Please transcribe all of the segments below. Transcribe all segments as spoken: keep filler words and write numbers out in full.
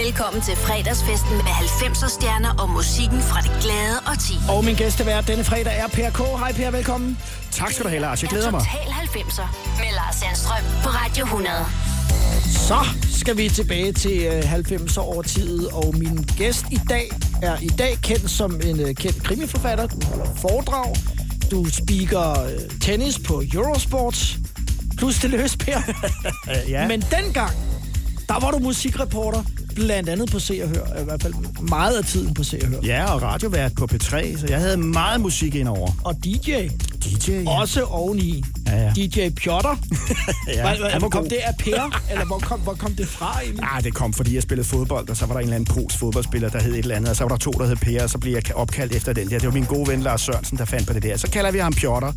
Velkommen til fredagsfesten med halvfemser stjerner og musikken fra det glade årti. Og min gæstevært denne fredag er Per K. Hej Per, velkommen. Tak skal du have, Lars. Jeg glæder mig. Total halvfemser med Lars Sandstrøm på Radio hundrede. Så skal vi tilbage til halvfemser-årtiet, og min gæst i dag er i dag kendt som en uh, kendt krimiforfatter. Du holder foredrag, du speaker uh, tennis på Eurosport, plus det løs, Per. Ja. Men dengang, der var du musikreporter, blandt andet på Se og Hør, i hvert fald meget af tiden på Se og Hør. Ja, og radiovært på P tre, så jeg havde meget musik indover. Og D J. D J, ja. Også oveni. Ja, ja. D J Pjotter. Ja, hvor, hvor kom det af Per? Eller hvor kom, hvor kom det fra egentlig? Ah, det kom, fordi jeg spillede fodbold, og så var der en eller anden polsk fodboldspiller, der hed et eller andet, og så var der to, der hed Per, og så blev jeg opkaldt efter den der. Det var min gode ven Lars Sørensen, der fandt på det der. Så kalder vi ham Pjotter.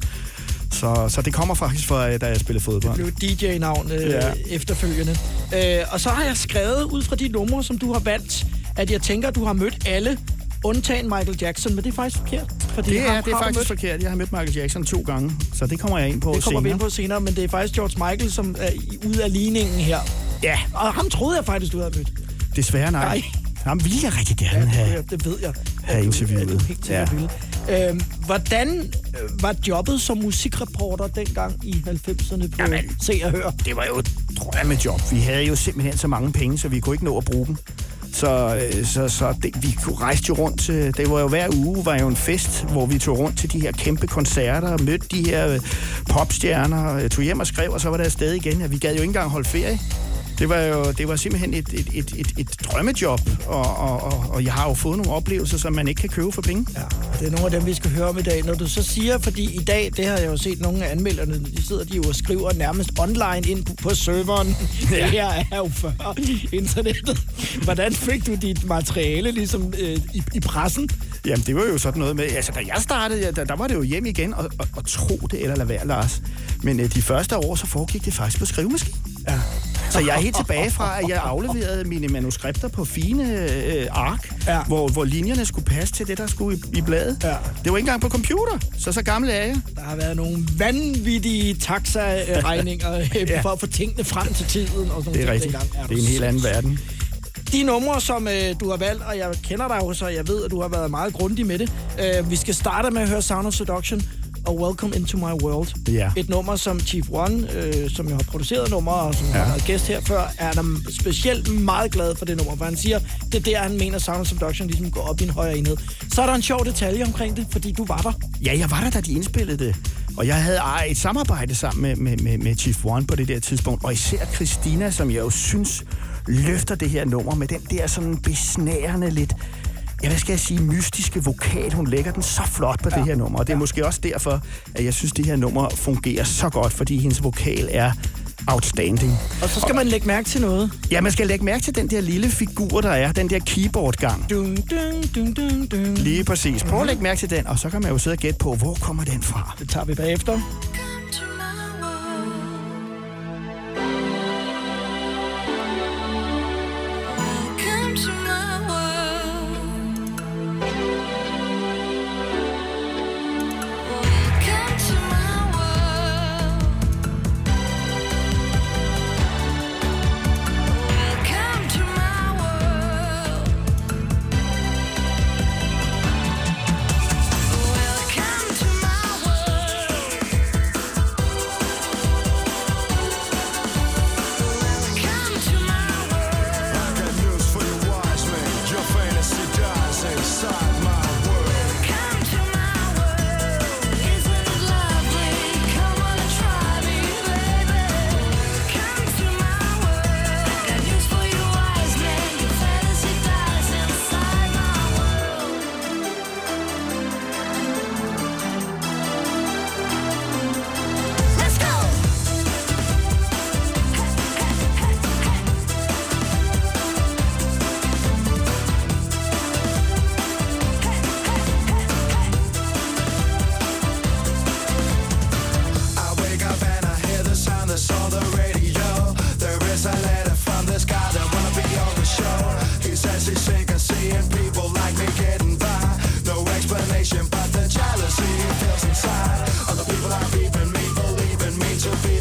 Så, så det kommer faktisk fra, da jeg spillede fodbold. Det blev D J-navn øh, ja. efterfølgende. Øh, og så har jeg skrevet ud fra de numre, som du har valgt, at jeg tænker, at du har mødt alle, undtagen Michael Jackson, men det er faktisk forkert. Fordi det er, ham, det er faktisk forkert. Jeg har mødt Michael Jackson to gange, så det kommer jeg ind på senere. Det kommer senere. vi ind på senere, men det er faktisk George Michael, som er ude af ligningen her. Ja. Og ham troede jeg faktisk, du havde mødt. Desværre nej. nej. Ham ville jeg rigtig gerne ja, have. Det ved jeg. Have interviewet. Du, du helt ja. øhm, hvordan var jobbet som musikreporter dengang i halvfemserne på Jamen, Se og Hør? Det var jo et drømmejob. Vi havde jo simpelthen så mange penge, så vi kunne ikke nå at bruge dem. Så, så, så det, vi kunne rejse jo rundt. Det var jo hver uge var jo en fest, hvor vi tog rundt til de her kæmpe koncerter og mødte de her popstjerner, tog hjem og skrev, og så var der afsted igen. Ja, vi gad jo ikke engang holde ferie. Det var jo det var simpelthen et, et, et, et, et drømmejob, og, og, og, og jeg har jo fået nogle oplevelser, som man ikke kan købe for penge. Ja, det er nogle af dem, vi skal høre om i dag. Når du så siger, fordi i dag, det har jeg jo set nogle af anmelderne, de sidder de jo og skriver nærmest online ind på, på serveren. Ja. Det her er jo før internettet. Hvordan fik du dit materiale ligesom øh, i, i pressen? Jamen, det var jo sådan noget med, altså da jeg startede, der, der var det jo hjem igen, og, og, og tro det eller lade være, Lars. Men øh, de første år, så foregik det faktisk på skrivemaskinen. Ja. Så jeg er helt tilbage fra, at jeg afleverede mine manuskripter på fine øh, ark, ja. hvor, hvor linjerne skulle passe til det, der skulle i, i bladet. Ja. Det var ikke engang på computer, så så gammel er jeg. Der har været nogle vanvittige taxa-regninger ja. for at få tingene frem til tiden. Og sådan det er rigtigt. Er det er en helt anden verden. De numre, som øh, du har valgt, og jeg kender dig jo, så jeg ved, at du har været meget grundig med det. Øh, vi skal starte med at høre Sound of Seduction og Welcome Into My World. Ja. Et nummer, som Chief One, øh, som jeg har produceret nummer, og som ja. har været gæst her før, er der specielt meget glad for det nummer, for han siger, det er der, han mener, Sound of Seduction ligesom går op i en højere enhed. Så er der en sjov detalje omkring det, fordi du var der. Ja, jeg var der, da de indspillede det. Og jeg havde ej, et samarbejde sammen med, med, med, med Chief One på det der tidspunkt, og især Christina, som jeg jo synes løfter det her nummer med den der sådan besnærende lidt, ja, hvad skal jeg sige, mystiske vokal. Hun lægger den så flot på ja. det her nummer, og det er ja. måske også derfor, at jeg synes, det her nummer fungerer så godt, fordi hendes vokal er outstanding. Og så skal og, man lægge mærke til noget. Ja, man skal lægge mærke til den der lille figur, der er, den der keyboard-gang. Dun, dun, dun, dun, dun. Lige præcis. Prøv at lægge mærke til den, og så kan man jo sidde og gætte på, hvor kommer den fra. Det tager vi bagefter.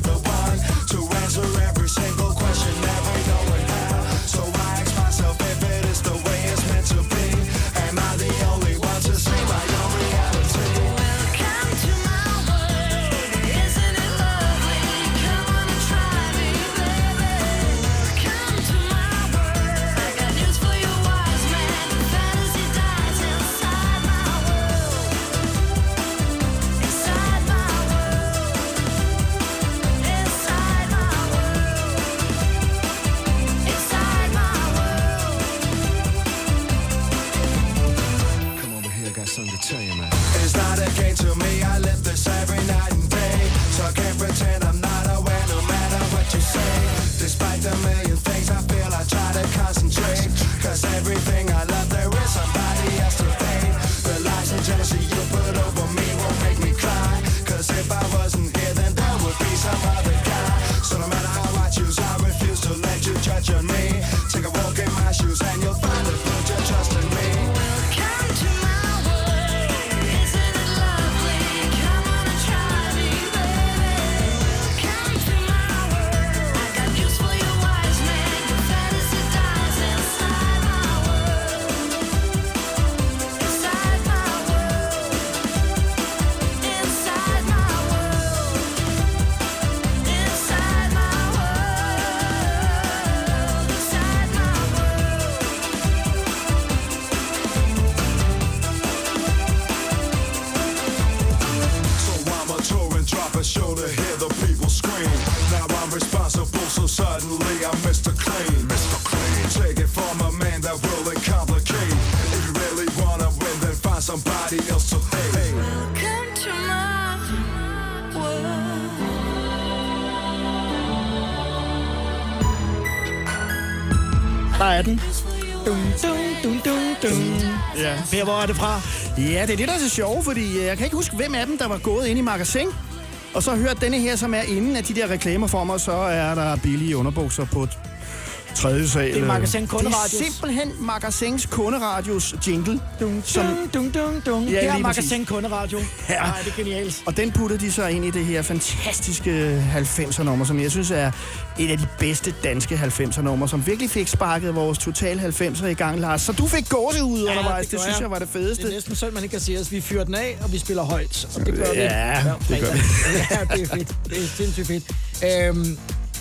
Every single question, never knowing how. So I ask myself if responsible, so suddenly I'm Mister Clean. Mister Clean. Take it from a man that will complicate. If you really wanna win, then find somebody else to hate. Welcome to my world. Der er den. Dun, dun, dun, dun, dun. Ja. Per, hvor er det fra? Ja, det er det, der er så sjovt, fordi jeg kan ikke huske, hvem af dem, der var gået ind i magasin. Og så hørt denne her, som er inden af de der reklamer for mig, så er der billige underbukser på tredje sal. Det er Magasin Kunderadios. Det er simpelthen Magasins Kunderadios jingle. Dun, som... dun, dun, dun. Ja, det er lige Magasin præcis. Kunderradio. Ja. Nej, det er genialt. Og den puttede de så ind i det her fantastiske halvfemser-nummer, som jeg synes er et af de bedste danske halvfemser-nummer, som virkelig fik sparket vores total halvfemser i gang, Lars. Så du fik gåsehud Ja, undervejs. det Det, det synes jeg. jeg var det fedeste. Det er næsten sådan, man ikke kan sige os. Vi fyrer den af, og vi spiller højt. Og det gør vi. Ja, det gør vi. Ja, det er fedt. Det er sindssygt fedt. Øhm,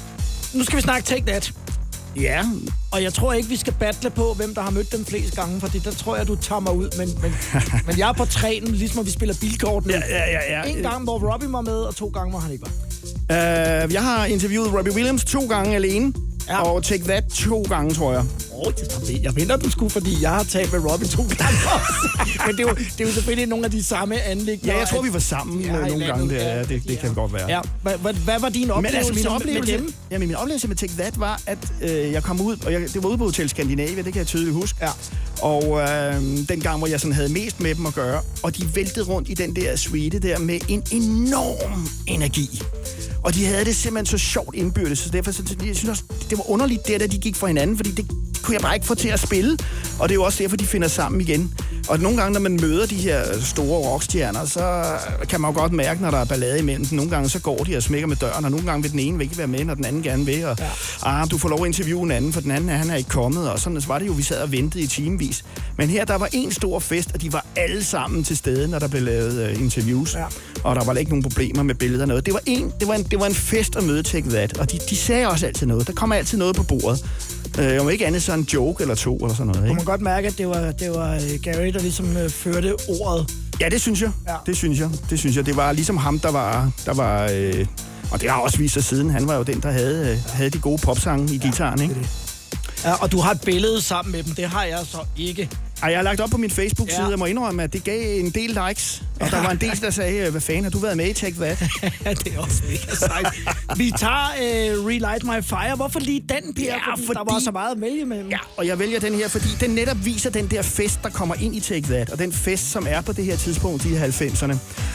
nu skal vi snakke Take That. Ja. Og jeg tror ikke, vi skal battle på, hvem der har mødt dem flest gange, fordi der tror jeg, du tager mig ud. Men, men, men jeg er på trænen, ligesom at vi spiller bilkort nu. Ja, ja, ja, ja. En gang, hvor Robbie var med, og to gange, hvor han ikke var. Uh, jeg har interviewet Robbie Williams to gange alene, ja. og Take That to gange, tror jeg. Oh, jeg venter, du skulle, fordi jeg har talt med Robbie to gange også. Men det er, jo, det er jo selvfølgelig nogle af de samme anlægner. Ja, jeg tror, vi var sammen ja, nogle gange. Det, ja, det, det ja. kan godt være. Ja. Hvad, hvad var din oplevelse, men, altså, min oplevelse med dem? Ja, men min oplevelse med Take That var, at øh, jeg kom ud, og jeg, det var ude på Hotel Skandinavia, det kan jeg tydeligt huske. Ja. Og øh, den gang, hvor jeg sådan havde mest med dem at gøre, og de væltede rundt i den der suite der med en enorm energi. Og de havde det simpelthen så sjovt indbyrdes, så derfor så, jeg synes også, det var underligt der, da de gik fra hinanden, fordi det kunne jeg bare ikke få til at spille. Og det er jo også derfor, de finder sammen igen. Og nogle gange, når man møder de her store rockstjerner, så kan man jo godt mærke, når der er ballade imellem dem. Nogle gange så går de og smækker med døren, og nogle gange vil den ene ikke være med, når den anden gerne vil. Og ja. ah, du får lov at interviewe en anden, for den anden han er ikke kommet. Og sådan så var det jo, vi sad og ventede i timevis. Men her, der var en stor fest, og de var alle sammen til stede, når der blev lavet uh, interviews. Ja. Og der var ikke nogen problemer med billeder og noget. Det var en, det var en, det var en fest at møde Take That, og de, de sagde også altid noget. Der kommer altid noget på bordet. Øh, om ikke andet så en joke eller to eller sådan noget. Ikke? Du må godt mærke, at det var, det var Gary, der ligesom øh, førte ordet. Ja, det synes jeg. Ja. Det synes jeg. Det synes jeg. Det var ligesom ham, der var... Der var øh, og det har også vist sig siden. Han var jo den, der havde, øh, havde de gode popsange i ja, gitaren, ikke? Det det. Ja, og du har et billede sammen med dem. Det har jeg så ikke. Ej, jeg har lagt op på min Facebook-side, ja. Jeg må indrømme, at det gav en del likes. Og ja. Der var en del, der sagde, hvad fanden har du været med i Take That? Det er også mega sejt. Vi tager uh, Relight My Fire. Hvorfor lige den, Pierre? Ja, fordi, fordi der var så meget at vælge med. Ja, og jeg vælger den her, fordi den netop viser den der fest, der kommer ind i Take That. Og den fest, som er på det her tidspunkt i halvfemserne.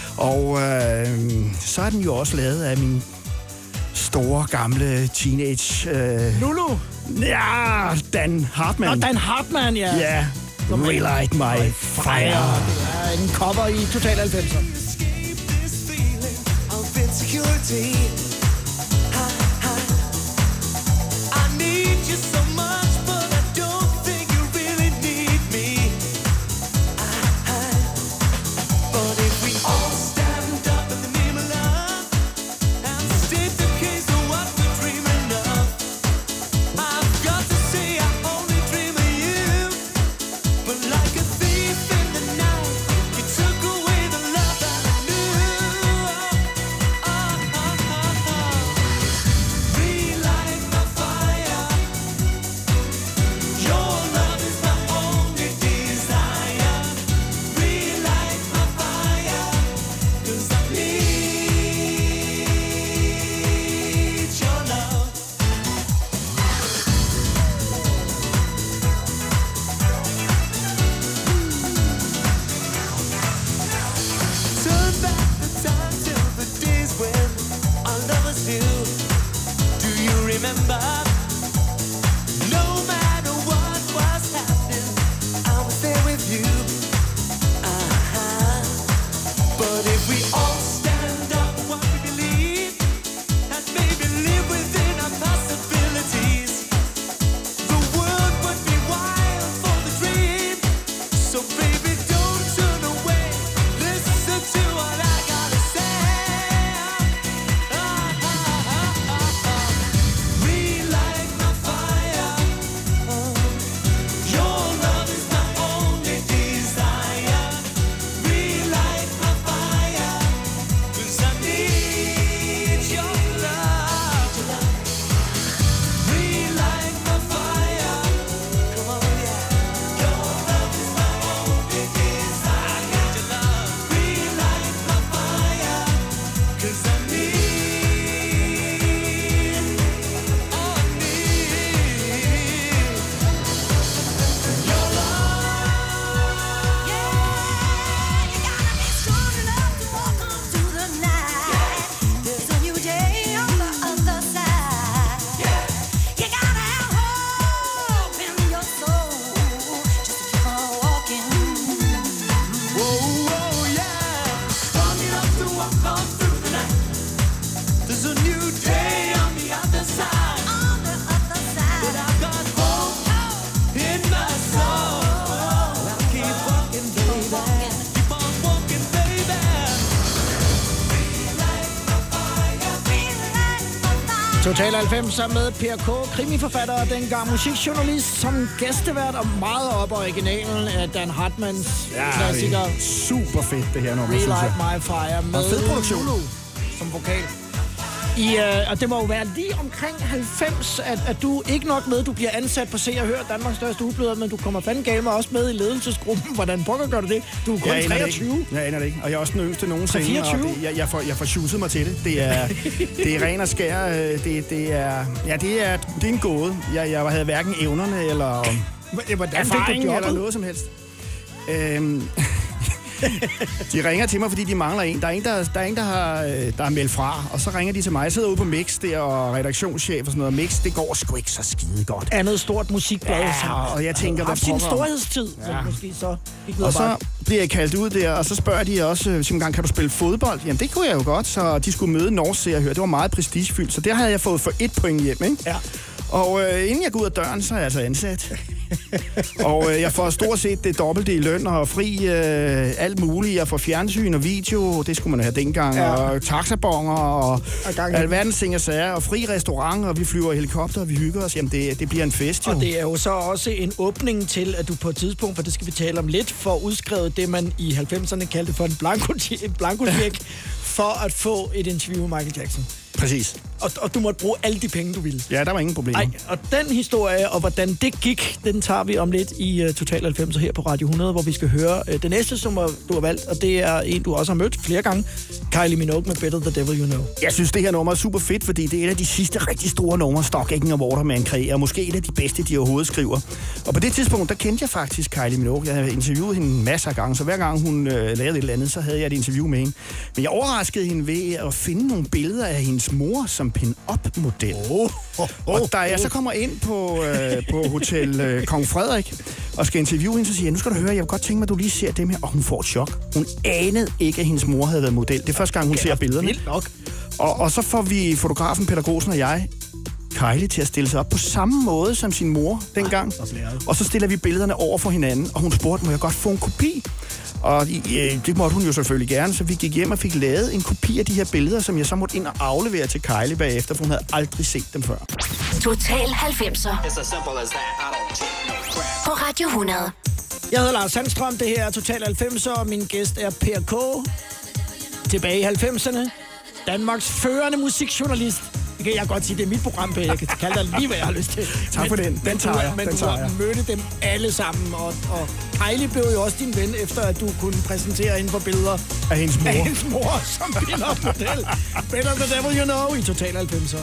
Og øh, så er den jo også lavet af min store, gamle teenage... Øh, Lulu? Ja, Dan Hartman. Og Dan Hartman, ja. Ja. Relight My Fire. Det er en cover i Total halvfemser. Total halvfems med P R K, krimiforfatter og dengang musikjournalist som gæstevært og meget op originalen af Dan Hartmans ja, klassiker. Super fedt det her nummer, Relight synes jeg. My Fire med fed produktion. Lulu som vokal. I, øh, og det må jo være lige omkring halvfems, at, at du ikke nok med, at du bliver ansat på Se og Hør, Danmarks største udbyder, men du kommer fandme galt med også med i ledelsesgruppen. Hvordan pokker gør du det? Du er kun jeg treogtyve. Jeg aner det ikke, og jeg er også den yngste nogensinde. fireogtyve? Og det, jeg, jeg, får, jeg får tjuset mig til det. Det er, det er ren og skær. Det, det, er, ja, det, er, det er en gåde. Jeg, jeg havde hverken evnerne eller erfaring eller noget som helst. Øhm... De ringer til mig, fordi de mangler en. Der er en, der, der, er en, der, har, der har meldt fra, og så ringer de til mig. Jeg sidder ude på Mix der, og redaktionschef og sådan noget. Mix, det går sgu ikke så skide godt. Andet stort musikblad. Ja, og jeg tænker, hvad pokker. Haft sin storhedstid, ja. Så måske så ikke noget. Og så bliver jeg kaldt ud der, og så spørger de også, hvis en gang kan du spille fodbold? Jamen, det kunne jeg jo godt, så de skulle møde Norge Se og Hør. Det var meget prestigefyldt, så der havde jeg fået for et point hjem, ikke? Ja. Og øh, inden jeg går ud af døren, så er jeg altså ansat. og øh, jeg får stort set det dobbelte i løn og fri øh, alt muligt. Jeg får fjernsyn og video, det skulle man have dengang, ja. Og taxabonger og, og alverdens ting og sager, og fri restaurant, og vi flyver i helikopter, og vi hygger os. Jamen, det, det bliver en fest, jo. Og det er jo så også en åbning til, at du på et tidspunkt, for det skal vi tale om lidt, får udskrevet det, man i halvfemserne kaldte for en blanko-check, for at få et interview med Michael Jackson. Præcis. Og, og du måtte bruge alle de penge, du ville. Ja, der var ingen problemer. Ej, og den historie, og hvordan det gik, den tager vi om lidt i uh, Total halvfems her på Radio hundrede, hvor vi skal høre uh, det næste, som du har valgt, og det er en, du også har mødt flere gange. Kylie Minogue med Better the Devil You Know. Jeg synes, det her nummer er super fedt, fordi det er et af de sidste rigtig store numre, Stock Aitken og Waterman kreerer, og måske et af de bedste, de overhovedet skriver. Og på det tidspunkt, der kendte jeg faktisk Kylie Minogue. Jeg havde interviewet hende masser af gange, så hver gang hun uh, lavede et eller andet, så havde jeg et interview med hende. Men jeg overraskede hende ved at finde nogle billeder af hendes mor som pin-up-model. Oh, oh, oh, og da jeg så kommer ind på, øh, på Hotel øh, Kong Frederik og skal interviewe hende, så siger jeg, nu skal du høre, jeg vil godt tænke mig, at du lige ser dem her. Og hun får et chok. Hun anede ikke, at hendes mor havde været model. Det er første gang, hun ser billederne. Vildt nok. Og, og så får vi fotografen Peter Grosen og jeg Kylie til at stille sig op på samme måde som sin mor dengang. Og så stiller vi billederne over for hinanden, og hun spurgte, må jeg godt få en kopi? Og øh, det måtte hun jo selvfølgelig gerne, så vi gik hjem og fik lavet en kopi af de her billeder, som jeg så måtte ind og aflevere til Kylie bagefter, for hun havde aldrig set dem før. Total halvfemser på Radio hundrede. Jeg hedder Lars Sandstrøm, det her er Total halvfemser, og min gæst er P R K. Tilbage i halvfemserne. Danmarks førende musikjournalist. Det kan jeg godt sige, det er mit program, P. Jeg kan kalde dig lige, hvad jeg har lyst til. Tak for den. Den tager jeg. Men du har mødte dem alle sammen, og, og Kylie blev jo også din ven, efter at du kunne præsentere hende for billeder af hendes mor, af hendes mor som pin-up-model. Better the Devil You Know i Total halvfemser.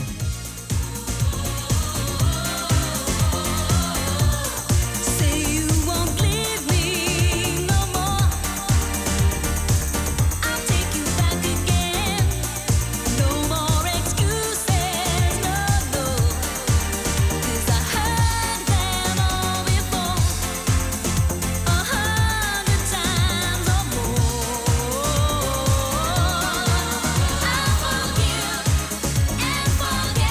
Forget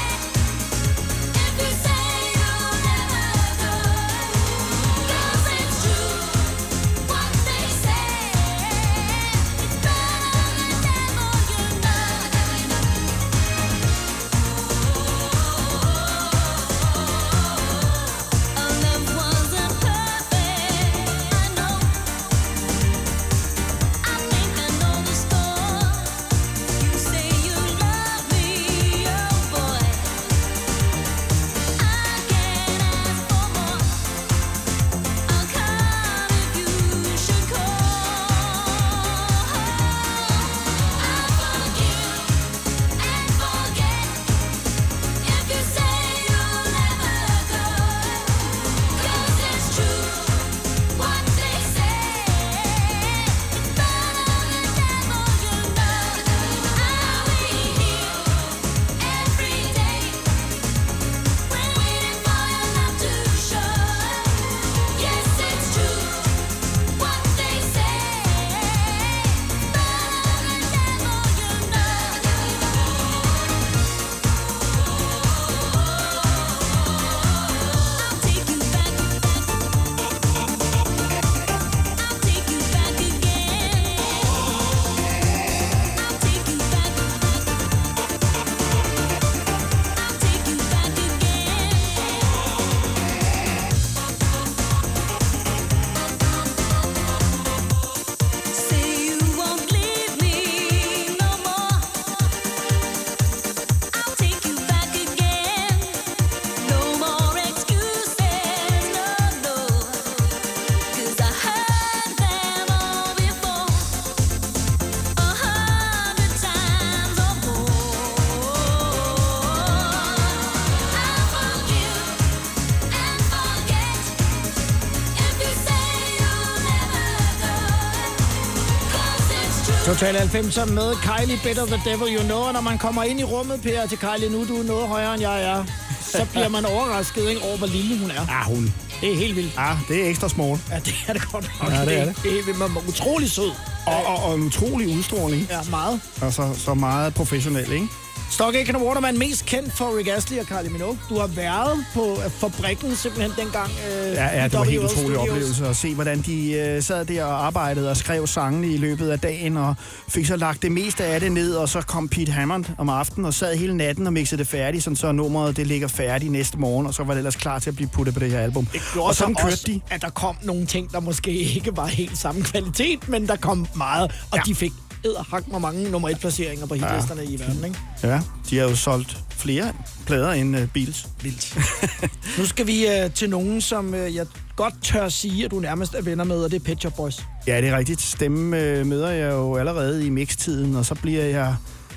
Total halvfemser med Kylie, Better the Devil You Know. Og når man kommer ind i rummet, Per, til Kylie, nu du er noget højere, end jeg er, så bliver man overrasket, ikke, over, hvor lille hun er. Ja, hun. Det er helt vildt. Ja, det er ekstra small. Ja, det er det godt nok. Ja, det er det. Det er helt vildt. Man er utrolig sød. Og, og, og en utrolig udstråling. Ja, meget. Og så, så meget professionel, ikke? Stock Aitken Waterman, mest kendt for Rick Astley og Kylie Minogue. Du har været på fabrikken simpelthen dengang. Øh, ja, ja, det var en helt utrolig Studios. oplevelse at se, hvordan de øh, sad der og arbejdede og skrev sangene i løbet af dagen, og fik så lagt det meste af det ned, og så kom Pete Hammond om aftenen og sad hele natten og mixede det færdigt, sådan så nummeret det ligger færdigt næste morgen, og så var det ellers klar til at blive puttet på det her album. Det gjorde og sådan så kørte også, de. At der kom nogle ting, der måske ikke var helt samme kvalitet, men der kom meget, og ja. de fik edderhak med mange nummer et placeringer på hitlisterne ja. i verden, ikke? Ja, de har jo solgt flere plader end uh, Beatles. Vildt. Nu skal vi uh, til nogen, som uh, jeg godt tør sige, at du nærmest er venner med, og det er Pet Shop Boys. Ja, det er rigtigt. Stemme uh, møder jeg jo allerede i mixtiden, og så bliver jeg...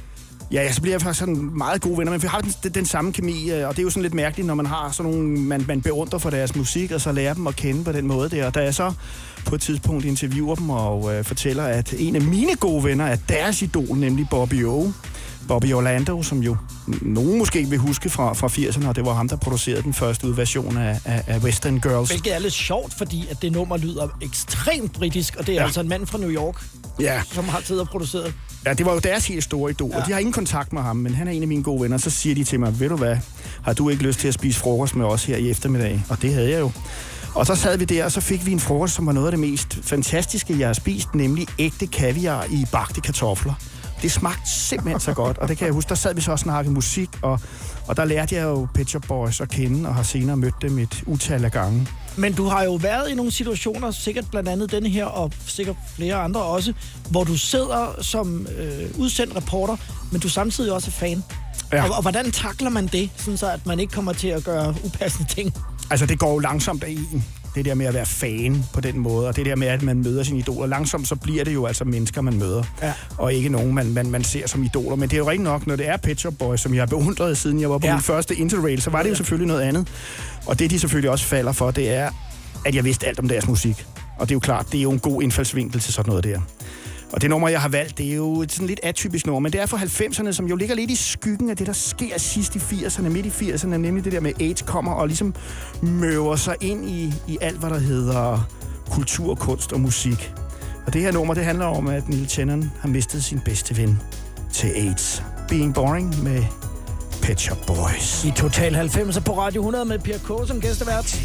Ja, så bliver jeg faktisk sådan meget gode venner, men vi har den, den samme kemi, og det er jo sådan lidt mærkeligt, når man har sådan nogle, man, man beundrer for deres musik, og så lærer dem at kende på den måde der. Og da jeg så på et tidspunkt interviewer dem og øh, fortæller, at en af mine gode venner er deres idol, nemlig Bobby O. Bobby Orlando, som jo nogen måske vil huske fra, fra firserne, og det var ham, der producerede den første udversion af, af, af Western Girls. Hvilket er lidt sjovt, fordi at det nummer lyder ekstremt britisk, og det er ja. altså en mand fra New York, ja. som har tid at producere. Ja, det var jo deres helt store idol, ja. og de har ingen kontakt med ham, men han er en af mine gode venner. Så siger de til mig, ved du hvad, har du ikke lyst til at spise frokost med os her i eftermiddag? Og det havde jeg jo. Og så sad vi der, og så fik vi en frokost, som var noget af det mest fantastiske, jeg har spist, nemlig ægte kaviar i bagte kartofler. Det smagte simpelthen så godt, og det kan jeg huske, der sad vi så og snakkede musik, og, og der lærte jeg jo Pet Shop Boys at kende, og har senere mødt dem et utal af gange. Men du har jo været i nogle situationer, sikkert blandt andet denne her, og sikkert flere andre også, hvor du sidder som øh, udsendt reporter, men du samtidig også er fan. Ja. Og, og hvordan takler man det, sådan så at man ikke kommer til at gøre upassende ting? Altså, det går jo langsomt af en. Det der med at være fan på den måde, og det der med, at man møder sine idoler. Langsomt så bliver det jo altså mennesker, man møder, ja. og ikke nogen, man, man, man ser som idoler. Men det er jo rigtig nok, når det er Pet Shop Boys, som jeg har beundret, siden jeg var på ja. min første Interrail, så var det jo selvfølgelig noget andet. Og det, de selvfølgelig også falder for, det er, at jeg vidste alt om deres musik. Og det er jo klart, det er jo en god indfaldsvinkel til sådan noget der. Og det nummer, jeg har valgt, det er jo et sådan lidt atypisk nummer, men det er fra halvfemserne, som jo ligger lidt i skyggen af det, der sker sidst i firserne, midt i firserne, nemlig det der med AIDS kommer og ligesom møver sig ind i, i alt, hvad der hedder kultur, kunst og musik. Og det her nummer, det handler om, at Neil Tennant har mistet sin bedste ven til AIDS. Being Boring med Pet Shop Boys. I Total halvfemser på Radio hundrede med Per K som gæstevært.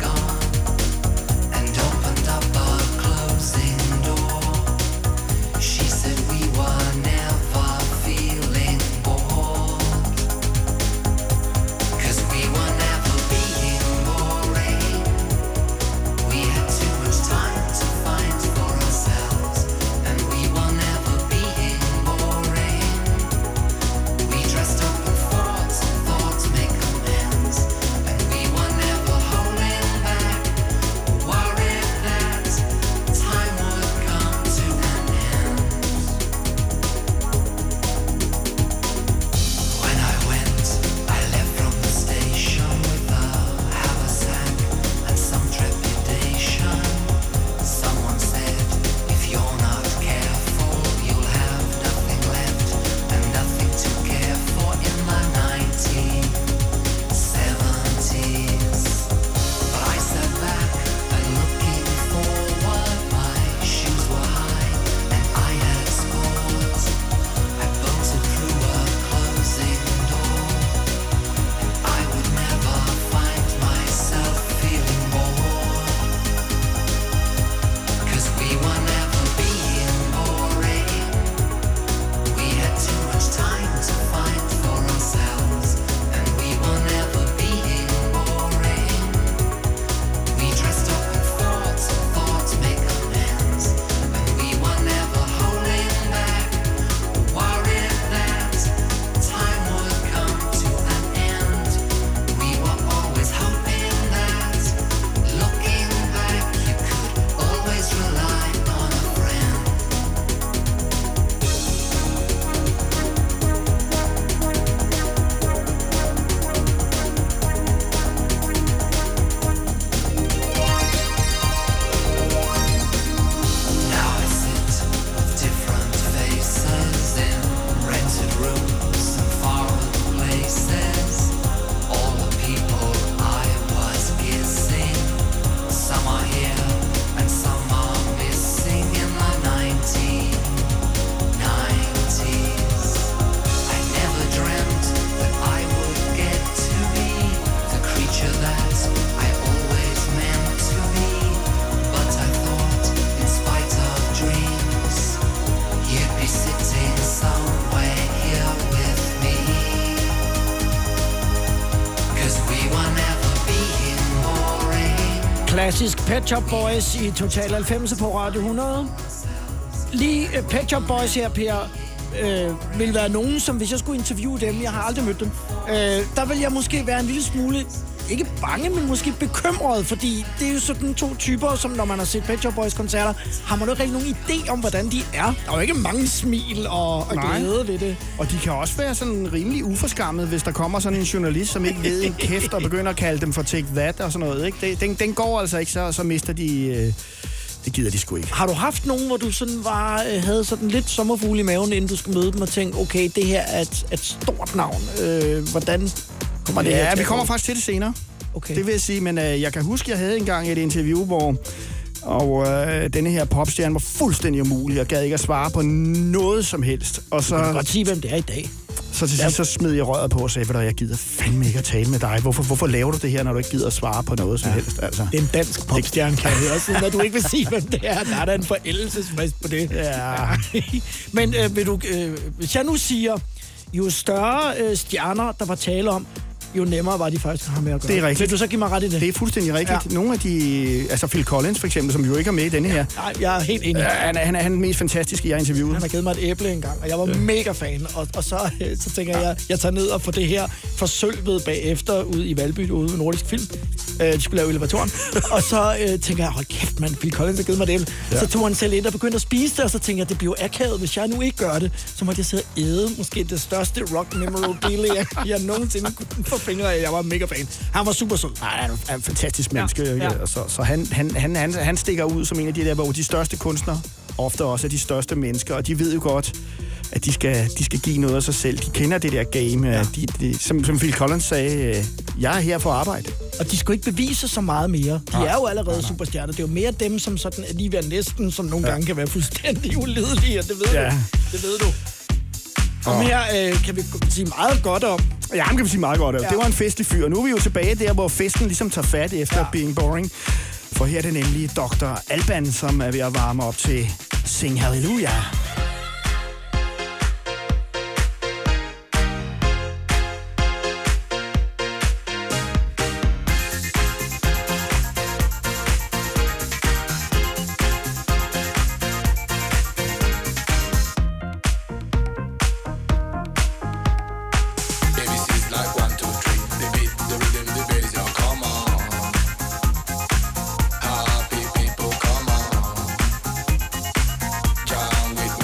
She Klassisk Pet Shop Boys i Total halvfems på Radio hundrede. Lige uh, Pet Shop Boys her, Per, øh, vil være nogen, som hvis jeg skulle interviewe dem, jeg har aldrig mødt dem, øh, der vil jeg måske være en lille smule, ikke bange, men måske bekymret, fordi det er jo sådan to typer, som når man har set Pet Shop Boys koncerter, har man jo ikke rigtig nogen idé om, hvordan de er. Der er jo ikke mange smil og, og glæde ved det. Og de kan også være sådan rimelig uforskammet, hvis der kommer sådan en journalist, som ikke ved en kæft og begynder at kalde dem for Take That og sådan noget. Ikke? Det, den, den går altså ikke, så, så mister de... Øh, det gider de sgu ikke. Har du haft nogen, hvor du sådan var, havde sådan lidt sommerfugle i maven, inden du skulle møde dem og tænke, okay, det her er et, et stort navn. Øh, hvordan kommer det ja, her til? Ja, vi kommer gå? faktisk til det senere. Okay. Det vil jeg sige, men øh, jeg kan huske, jeg havde engang et interview, hvor og øh, denne her popstjerne var fuldstændig umulig og gad ikke at svare på noget som helst. Og så, du kan godt sige, hvem det er i dag. Så til sidst så smed jeg røret på og sagde, at jeg gider fandme ikke at tale med dig. Hvorfor, hvorfor laver du det her, når du ikke gider at svare på noget som ja. helst? Altså. Det er en dansk popstjerne, kan jeg høre. Når du ikke vil sige, hvem det er, der er der en forældelsesfrist på det. Ja. Men øh, vil du, øh, hvis jeg nu siger, jo større øh, stjerner, der var tale om, jo nemmere var de faktisk at have med at gøre. Det er rigtigt. Vil du så give mig ret i det? Det er fuldstændig rigtigt. Ja. Nogle af de... Altså Phil Collins for eksempel, som jo ikke er med i denne her. Nej, jeg er helt enig. Ja, han, er, han er den mest fantastiske, jeg har interviewet. Han har givet mig et æble engang, og jeg var ja. mega fan. Og, og så, så tænker jeg, jeg tager ned og får det her forsølvet bagefter ude i Valby, ude ved Nordisk Film. Øh, de skulle lave elevatoren. Og så øh, tænker jeg, hold kæft mand, Phil Collins har givet mig det æble. Ja. Så tog han selv ind og begyndte at spise det, og så tænker jeg, det bliver akavet. Hvis jeg nu ikke gør det, så må jeg sidde og æde måske det største rock memorabilia, jeg, jeg nogensinde kunne få fingre af. Jeg var mega fan. Han var super sød. Nej, han er en fantastisk menneske. Ja, ja. Så, så han, han, han, han, han stikker ud som en af de der, hvor de største kunstnere ofte også er de største mennesker, og de ved jo godt, at de skal, de skal give noget af sig selv. De kender det der game. Ja. De, de, som, som Phil Collins sagde, jeg er her for at arbejde. Og de skal ikke bevise så meget mere. De nej, er jo allerede nej, nej. superstjerner. Det er jo mere dem, som sådan er lige ved næsten, som nogle ja. gange kan være fuldstændig ulidelige, og det ved ja. du. Det ved du. Og her øh, kan vi sige meget godt om. Ja, ham kan vi sige meget godt om. Ja. Det var en festlig fyr. Og nu er vi jo tilbage der, hvor festen ligesom tager fat efter ja. Being Boring. For her er det nemlig doktor Alban, som er ved at varme op til Sing Hallelujah. With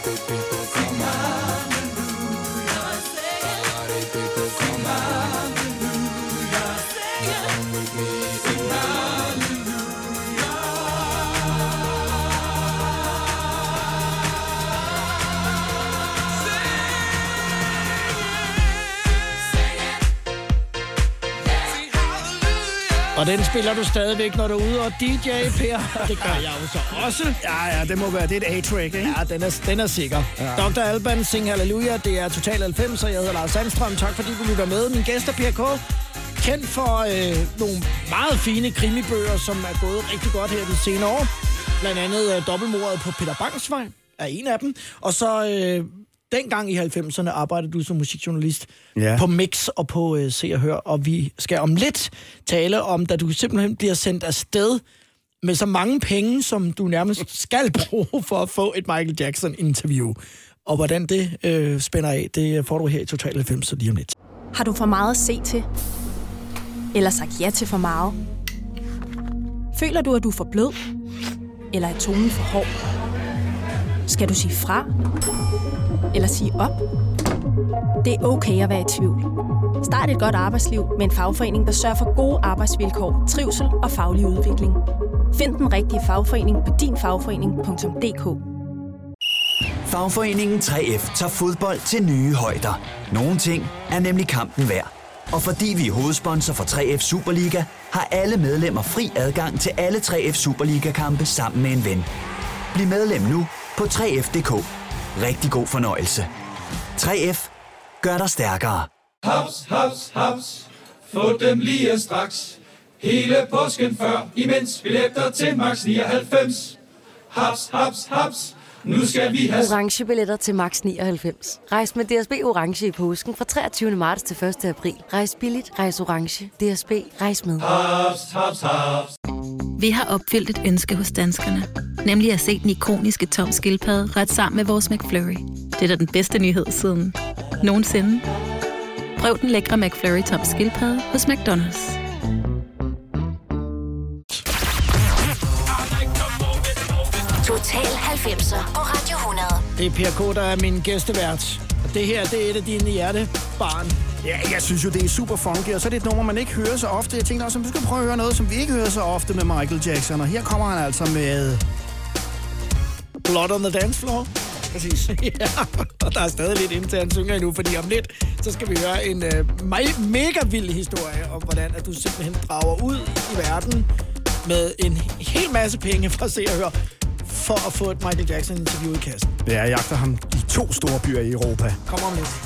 Og den spiller du stadigvæk, når du er ude og D J, Per. Det gør jeg jo så også. Ja, ja, det må være. Det er et A-track, ikke? Ja, den er, den er sikker. Ja. doktor Alban, Sing Hallelujah. Det er Total halvfems, og jeg hedder Lars Sandstrøm. Tak fordi du lytter med. Min gæst er Per K. Kendt for øh, nogle meget fine krimibøger, som er gået rigtig godt her de senere år. Blandt andet øh, Dobbeltmordet på Peter Bangs Vej er en af dem. Og så... Øh, dengang i halvfemserne arbejdede du som musikjournalist ja. på Mix og på uh, Se og Hør, og vi skal om lidt tale om, da du simpelthen bliver sendt afsted med så mange penge, som du nærmest skal bruge for at få et Michael Jackson-interview. Og hvordan det øh, spænder af, det får du her i Total halvfems lige om lidt. Har du for meget at se til? Eller sagt ja til for meget? Føler du, at du er for blød? Eller er tonen for hård? Skal du sige fra? Eller sige op? Det er okay at være i tvivl. Start et godt arbejdsliv med en fagforening, der sørger for gode arbejdsvilkår, trivsel og faglig udvikling. Find den rigtige fagforening på din fagforening punktum d k. Fagforeningen tre F tager fodbold til nye højder. Nogle ting er nemlig kampen værd. Og fordi vi er hovedsponsor for tre F Superliga, har alle medlemmer fri adgang til alle tre F Superliga-kampe sammen med en ven. Bliv medlem nu på tre F punktum d k. Rigtig god fornøjelse. tre F gør dig stærkere. Haps, haps, haps. Få dem lige straks. Hele påsken før, imens billetter til max nioghalvfems. Haps, haps, haps. Nu skal vi have orange billetter til max nioghalvfems. Rejs med D S B Orange i påsken fra treogtyvende marts til første april. Rejs billigt, rejs orange. D S B, rejs med. haps, haps, haps. Vi har opfyldt et ønske hos danskerne. Nemlig at se den ikoniske Tom Skildpadde ret sammen med vores McFlurry. Det er da den bedste nyhed siden nogensinde. Prøv den lækre McFlurry Tom Skildpadde hos McDonald's. Total halvfemser på Radio hundrede. Det er Per K, der er min gæstevært. Og det her, det er et af dine hjertebarn. Ja, jeg synes jo, det er super funky, og så er det et nummer, man ikke hører så ofte. Jeg tænkte også, at vi skal prøve at høre noget, som vi ikke hører så ofte med Michael Jackson. Og her kommer han altså med... Blood on the Dance Floor. Præcis. Ja, og der er stadig lidt indtil han synger endnu, fordi om lidt, så skal vi høre en uh, mega vild historie om, hvordan at du simpelthen drager ud i verden med en hel masse penge fra Se og Hør for at få et Michael Jackson-interview i kassen. Ja, jeg jagter ham i to store byer i Europa. Kom om lidt.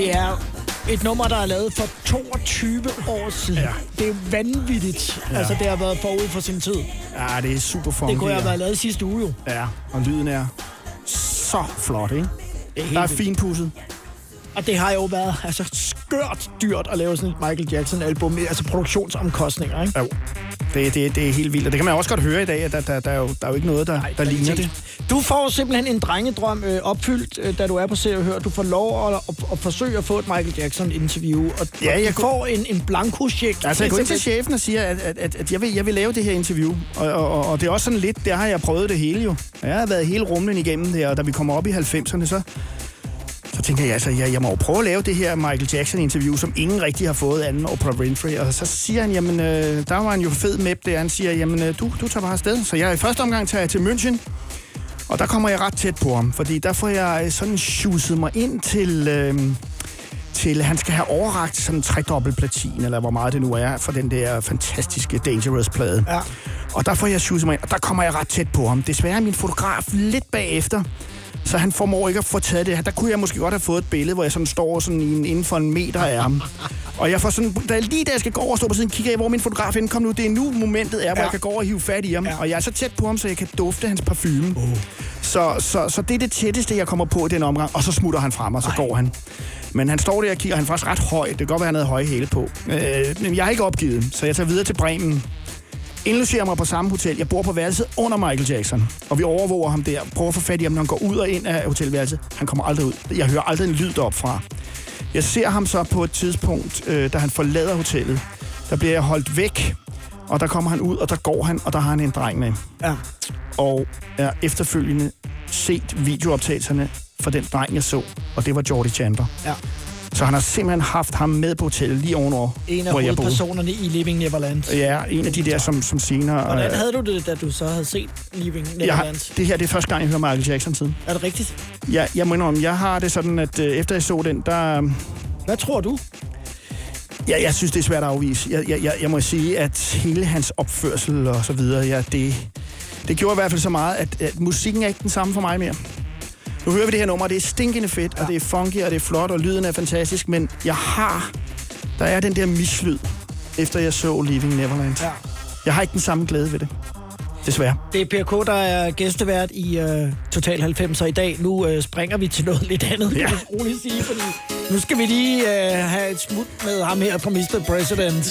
Det er et nummer, der er lavet for toogtyve år siden. Ja. Det er vanvittigt. Ja. Altså, det har været forud for sin tid. Ja, det er super funky. Det kunne have været lavet sidste uge, jo. Ja, og lyden er så flot, ikke? Det er der er finpudset. Og det har jo været altså, skørt dyrt at lave sådan et Michael Jackson-album, altså produktionsomkostninger, ikke? Jo, det, det, det er helt vildt. Og det kan man også godt høre i dag, at der, der, der, er, jo, der er jo ikke noget, der, Nej, der ligner det. Du får simpelthen en drengedrøm øh, opfyldt, øh, da du er på Se og Hør. Du får lov at, at, at forsøge at få et Michael Jackson-interview, og, ja, jeg du får en, en blanko-check. Altså, jeg går ind til chefen og siger, at, at, at, at jeg, vil, jeg vil lave det her interview. Og, og, og det er også sådan lidt, der har jeg prøvet det hele jo. Jeg har været hele rumlen igennem det, og da vi kommer op i halvfemserne, så... Så tænker jeg, altså, jeg, jeg må jo prøve at lave det her Michael Jackson-interview, som ingen rigtig har fået anden Oprah Winfrey. Og så siger han, jamen, øh, der var han jo fed med det. Han siger, jamen, øh, du, du tager bare afsted. Så jeg i første omgang tager jeg til München, og der kommer jeg ret tæt på ham. Fordi der får jeg sådan sjuset mig ind til, øh, til han skal have overrakt sådan en tredobbelt platin, eller hvor meget det nu er, for den der fantastiske Dangerous-plade. Ja. Og der får jeg sjuset mig ind, og der kommer jeg ret tæt på ham. Desværre er min fotograf lidt bagefter, så han formår ikke at få taget det her. Der kunne jeg måske godt have fået et billede, hvor jeg sådan står sådan inden for en meter af ham. Og jeg får sådan, da, lige da jeg skal gå over og stå på siden, kigger jeg, hvor min fotograf er. Kom nu, det er nu momentet er, hvor ja. jeg kan gå over og hive fat i ham. Ja. Og jeg er så tæt på ham, så jeg kan dufte hans parfume. Oh. Så, så, så det er det tætteste, jeg kommer på i den omgang. Og så smutter han frem, og så Ej. går han. Men han står der og kigger, han er faktisk ret høj. Det kan godt være, han havde høje hæle på. Øh, men jeg har ikke opgivet, så jeg tager videre til Bremen. Indlogerer mig på samme hotel. Jeg bor på værelset under Michael Jackson. Og vi overvåger ham der. Prøver at få fat i ham, når han går ud og ind af hotelværelset. Han kommer aldrig ud. Jeg hører aldrig en lyd deroppe fra. Jeg ser ham så på et tidspunkt, øh, da han forlader hotellet. Der bliver jeg holdt væk. Og der kommer han ud, og der går han, og der har han en dreng med. Ja. Og er efterfølgende set videooptagelserne for den dreng, jeg så. Og det var Geordie Chandler. Ja. Så han har simpelthen haft ham med på hotellet lige ovenover, en af hovedpersonerne i Living Neverland. Ja, en af de der, som, som senere... Hvordan havde du det, da du så havde set Living Neverland? Ja, det her det er første gang, jeg hører Michael Jackson siden. Er det rigtigt? Ja, jeg må indrømme, jeg har det sådan, at øh, efter jeg så den, der... Hvad tror du? Ja, jeg synes, det er svært at afvise. Jeg, jeg, jeg, jeg må sige, at hele hans opførsel og så videre, ja, det, det gjorde i hvert fald så meget, at, at musikken er ikke den samme for mig mere. Nu hører vi det her nummer, det er stinkende fedt, ja. Og det er funky, og det er flot, og lyden er fantastisk, men jeg har... Der er den der mislyd, efter jeg så Living Neverland. Ja. Jeg har ikke den samme glæde ved det. Desværre. Det er Per K, der er gæstevært i uh, Total halvfemser i dag. Nu uh, springer vi til noget lidt andet, ja. Kan jeg roligt sige, fordi nu skal vi lige uh, have et smut med ham her fra mister President.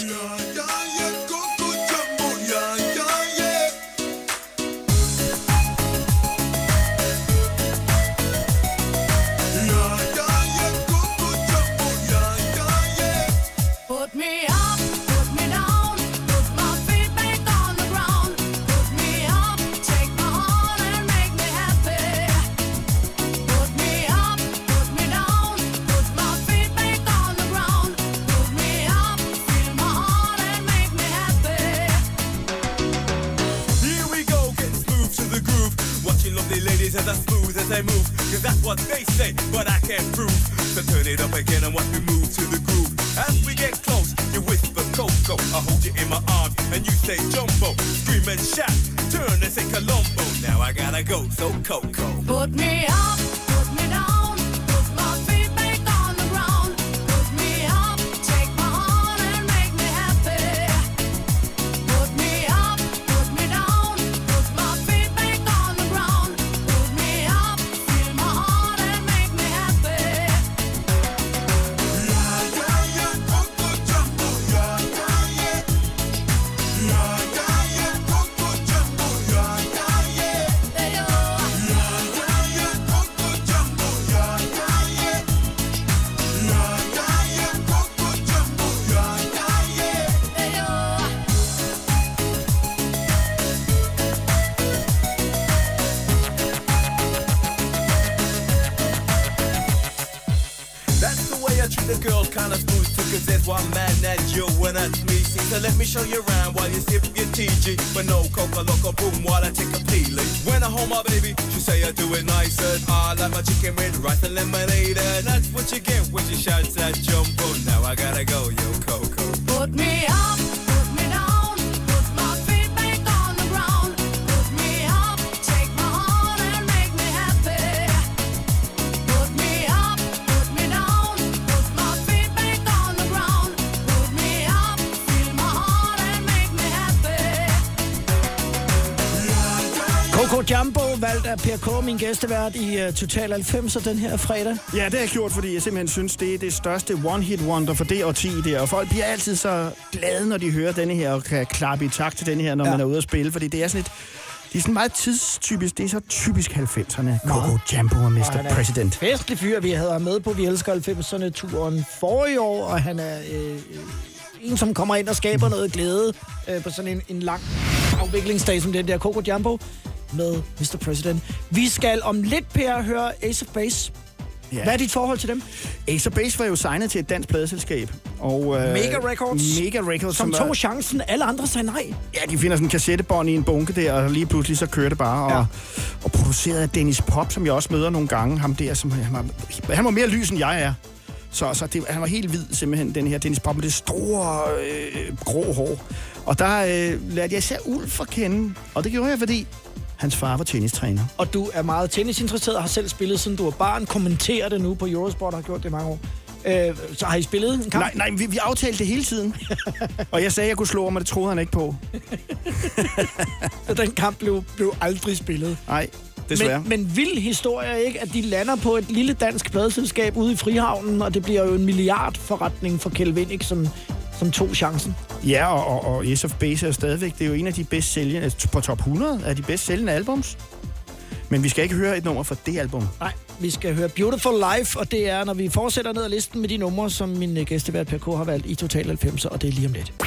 Coco Jumbo, valgt af Per K, min gæstevært i uh, Total halvfemser den her fredag. Ja, det har jeg gjort, fordi jeg simpelthen synes, det er det største one-hit-wonder for det årti der. Og folk bliver altid så glade, når de hører denne her, og kan klappe i takt til denne her, når ja. man er ude at spille. Fordi det er sådan et... Det er sådan meget tidstypisk. Det er så typisk halvfemserne. Coco Jumbo og mister President. Festlig fyr, vi havde ham med på Vi Elsker halvfemserne-turen forrige år, og han er øh, en, som kommer ind og skaber noget glæde øh, på sådan en, en lang afviklingsdag som den der. Coco Jumbo med mister President. Vi skal om lidt, Per, høre Ace of Base. Ja. Hvad er dit forhold til dem? Ace of Base var jo signet til et dansk pladeselskab. Og, øh, Mega Records. Mega Records. Som, som tog chancen. Alle andre sagde nej. Ja, de finder sådan en kassettebånd i en bunke der, og lige pludselig så kører det bare. Og, ja. og produceret af Dennis Pop, som jeg også møder nogle gange. Ham der, som han var, han var mere lys, end jeg er. Så, så det, han var helt hvid, simpelthen, den her Dennis Pop med det store, øh, grå hår. Og der øh, lærte jeg især Ulf at kende. Og det gjorde jeg, fordi hans far var tennistræner. Og du er meget tennisinteresseret og har selv spillet, siden du var barn. Kommenterer det nu på Eurosport og har gjort det i mange år. Øh, så har I spillet en kamp? Nej, nej vi, vi aftalte det hele tiden. Og jeg sagde, at jeg kunne slå ham, og det troede han ikke på. Så den kamp blev, blev aldrig spillet. Nej, desværre. Men, men vild historie, ikke? At de lander på et lille dansk pladeselskab ude i Frihavnen, og det bliver jo en milliardforretning for Kjeld Winnig, som, som tog chancen. Ja, og, og, og Ace of Base er stadigvæk, det er jo en af de bedst sælgende, på top hundrede af de bedst sælgende albums. Men vi skal ikke høre et nummer fra det album. Nej, vi skal høre Beautiful Life, og det er, når vi fortsætter ned ad listen med de numre, som min gæstevært Per K har valgt i Total halvfemser, og det er lige om lidt.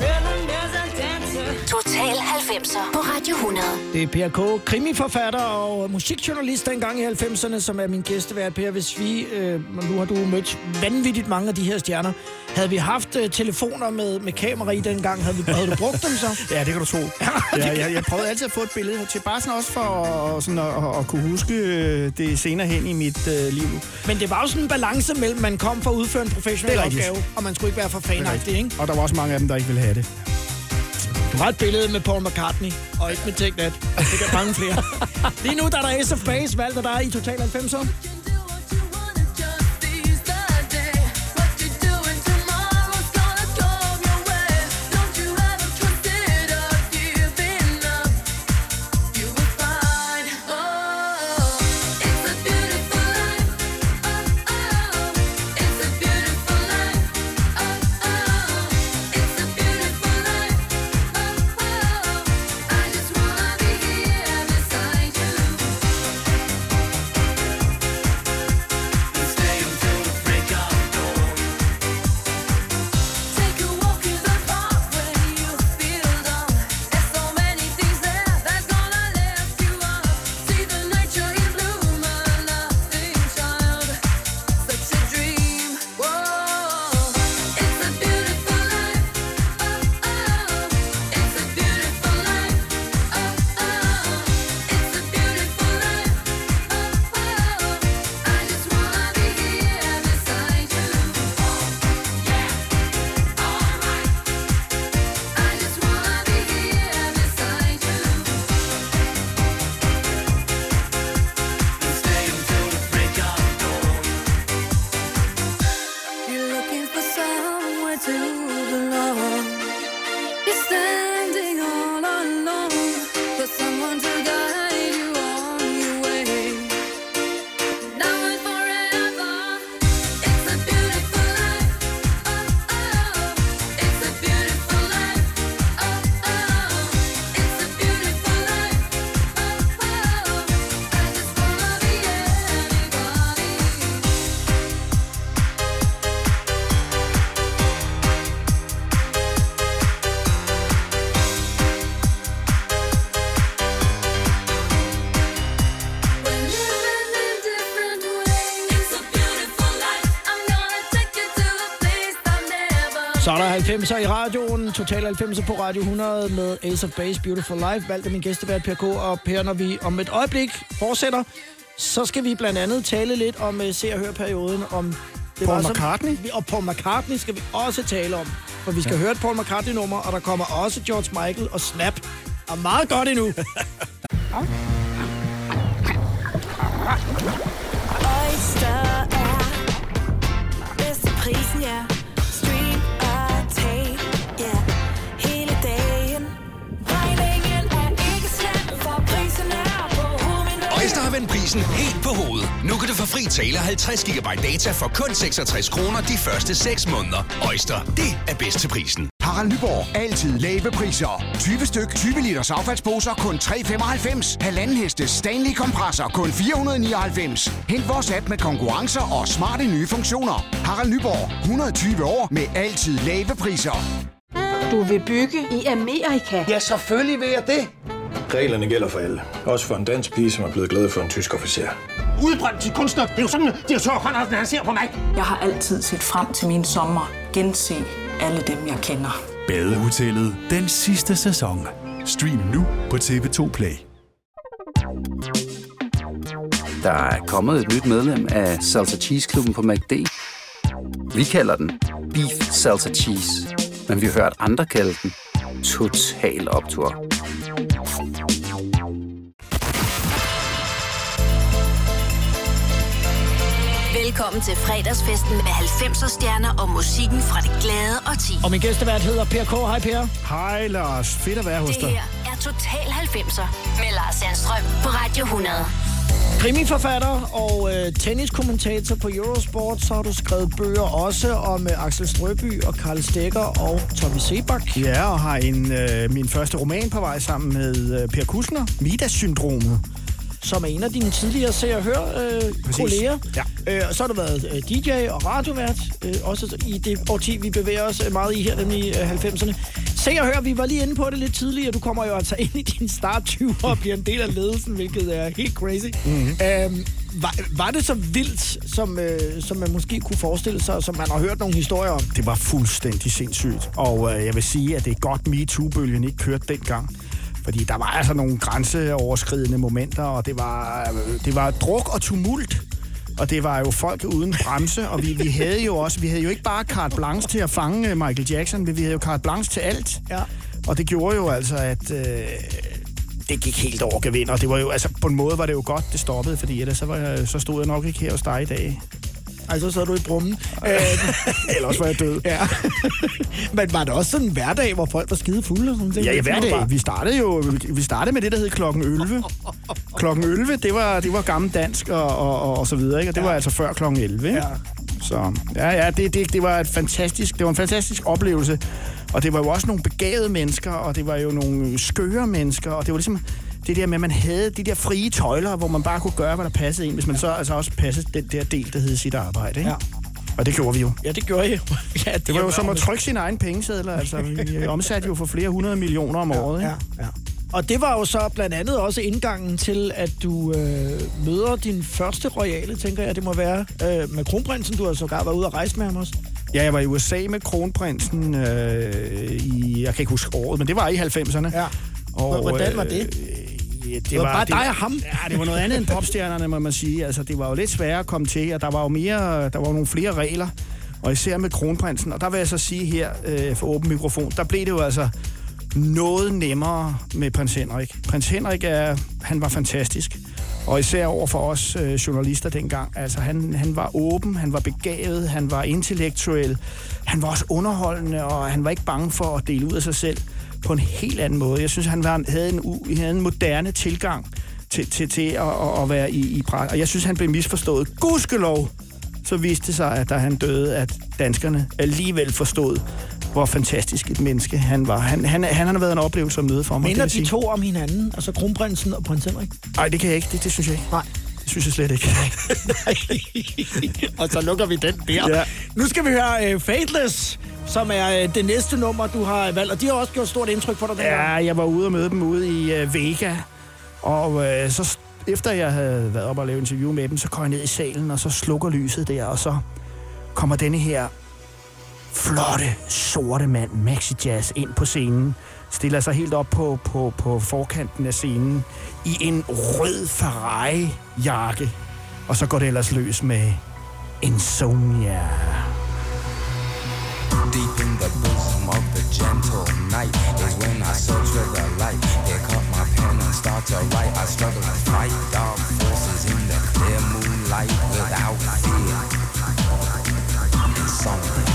Total halvfemser på Radio hundrede. Det er Per K, krimiforfatter og musikjournalist dengang i halvfemserne, som er min gæstevært. Per, hvis vi, øh, nu har du mødt vanvittigt mange af de her stjerner. Havde vi haft øh, telefoner med, med kamera i dengang, havde, vi, havde du brugt dem så? Ja, det kan du tro. Ja, jeg, jeg prøvede altid at få et billede til, bare sådan også for sådan at, at, at kunne huske det senere hen i mit øh, liv. Men det var jo sådan en balance mellem, man kom for at udføre en professionel opgave, og man skulle ikke være for fanagtig, ikke? Og der var også mange af dem, der ikke ville have det. Du har et billede med Paul McCartney, og ikke med Take That. Det kan mange flere. Lige nu der er der Ace of Base, valgt af dig i Total halvfemser. Så er der halvfemser i radioen, Total halvfemser på Radio hundrede med Ace of Base, Beautiful Life, valgt af min gæstevært Per K. Og Per, når vi om et øjeblik fortsætter, så skal vi blandt andet tale lidt om uh, se- og hør-perioden. Om det Paul var McCartney? Så, og Paul McCartney skal vi også tale om, for vi skal ja. høre et Paul McCartney-nummer, og der kommer også George Michael og Snap. Og meget godt endnu. Oyster er bedst til prisen, ja. Stream og tag, ja. Hele dagen. Regningen er ikke slem, for prisen er prisen helt på hovedet. Nu kan du få fri tale halvtreds gigabyte data for kun seksogtres kroner de første seks måneder. Øjster, det er bedst til prisen. Harald Nyborg. Altid lave priser. tyve styk, tyve liters affaldsposer kun tre femoghalvfems. Halvanden heste Stanley kompresser kun fire hundrede nioghalvfems. Hent vores app med konkurrencer og smarte nye funktioner. Harald Nyborg. hundrede og tyve år med altid lave priser. Du vil bygge i Amerika? Ja, selvfølgelig vil jeg det. Reglerne gælder for alle. Også for en dansk pige, som er blevet glad for en tysk officer. Udbrændt til kunstner. Det er jo sådan, at de har tørt, han ser på mig. Jeg har altid set frem til min sommer. Gense alle dem, jeg kender. Badehotellet den sidste sæson. Stream nu på T V to Play. Der er kommet et nyt medlem af Salsa Cheese Klubben på McD. Vi kalder den Beef Salsa Cheese, men vi har hørt andre kalde den Total Optur. Velkommen til fredagsfesten med halvfemser stjerner og musikken fra det glade årti. Og min gæstevært hedder Per K. Hej Per. Hej Lars, fedt at være hos dig. Det her er Total halvfemser med Lars Sandstrøm på Radio hundrede. Krimiforfatter og øh, tenniskommentator på Eurosport, så har du skrevet bøger også om øh, Axel Strøby og Karl Stegger og Tommy Sebak. Ja, og har en, øh, min første roman på vej sammen med øh, Per Kussner, Midas-syndromet. Som er en af dine tidligere Se og Hør øh, kolleger. Ja. Øh, og så har du været øh, D J og radiovært, øh, også i det årti, vi bevæger os meget i her, nemlig øh, halvfemserne. Se og Hør, vi var lige inde på det lidt tidligere. Du kommer jo altså ind i din start tyverne og bliver en del af ledelsen, hvilket er helt crazy. Mm-hmm. Øhm, var, var det så vildt, som, øh, som man måske kunne forestille sig, som man har hørt nogle historier om? Det var fuldstændig sindssygt. Og øh, jeg vil sige, at det er godt, MeToo-bølgen ikke kørte dengang. Fordi der var altså nogle grænseoverskridende momenter, og det var, det var druk og tumult. Og det var jo folk uden bremse, og vi, vi havde jo også, vi havde jo ikke bare carte blanche til at fange Michael Jackson, men vi havde jo carte blanche til alt. Ja. Og det gjorde jo altså, at øh, det gik helt over gevind, og det var jo, altså på en måde var det jo godt, det stoppede, fordi ellers så, var jeg, så stod jeg nok ikke her hos dig i dag. Ej, så sad du i brummen. Ellers var jeg død. Ja. Men var det også sådan en hverdag, hvor folk var skide fulde? Og sådan ting? Ja, ja, hverdag. Vi startede jo vi startede med det, der hed klokken elleve. Klokken elleve, det var, det var gammel dansk og, og, og, og så videre, ikke? Og det ja. var altså før klokken elleve. Ikke? Ja. Så ja, ja det, det, det, var et fantastisk, det var en fantastisk oplevelse. Og det var jo også nogle begavede mennesker, og det var jo nogle skøre mennesker, og det var ligesom det der med, at man havde de der frie tøjler, hvor man bare kunne gøre, hvad der passede ind, hvis man så altså også passede den der del, der hed sit arbejde, ikke? Ja. Og det gjorde vi jo. Ja, det gjorde I. Ja, det, det var jo som at trykke sine egne pengesedler, altså vi omsatte jo for flere hundrede millioner om året, ikke? Ja, ja. Og det var jo så blandt andet også indgangen til, at du øh, møder din første royale, tænker jeg, det må være, øh, med kronprinsen. Du har sågar været ude at rejse med ham også. Ja, jeg var i U S A med kronprinsen øh, i, jeg kan ikke huske året, men det var i halvfemserne. Ja. Og, hvordan var det? Øh, ja, det, det var, var bare det, dig og ham. Ja, det var noget andet end popstjernerne, må man sige. Altså, det var jo lidt sværere at komme til, og der var jo mere, der var jo nogle flere regler, og især med kronprinsen. Og der vil jeg så sige her, øh, for åben mikrofon, der blev det jo altså noget nemmere med prins Henrik. Prins Henrik, er, han var fantastisk. Og især over for os øh, journalister dengang. Altså, han, han var åben, han var begavet, han var intellektuel, han var også underholdende, og han var ikke bange for at dele ud af sig selv på en helt anden måde. Jeg synes, han var, havde, en, havde en moderne tilgang til, til, til at, at være i, i pres. Og jeg synes, han blev misforstået. Gudskelov, så viste det sig, at da han døde, at danskerne alligevel forstod, hvor fantastisk et menneske han var. Han, han, han har været en oplevelse at møde for mig. Minder de to om hinanden? Altså kronprinsen og prins Henrik? Nej, det kan jeg ikke. Det, det synes jeg ikke. Nej. Det synes jeg slet ikke. Og så lukker vi den der. Ja. Nu skal vi høre uh, Faithless, som er uh, det næste nummer, du har valgt. Og de har også gjort stort indtryk på dig. Ja, gang. Jeg var ude og møde dem ude i uh, Vega. Og uh, så efter jeg havde været op og lavet interview med dem, så kom jeg ned i salen, og så slukker lyset der, og så kommer denne her flotte, sorte mand, Maxi Jazz, ind på scenen, stiller sig helt op på, på, på forkanten af scenen i en rød Ferrari-jakke, og så går det ellers løs med Insomnia. Deep in the bosom of the gentle night is when I search for the light. Pick up my pen and start to write. I struggle to fight dark forces in the clear moonlight without fear. Insomnia.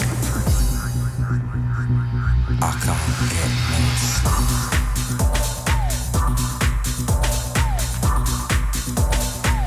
I can't get no sleep.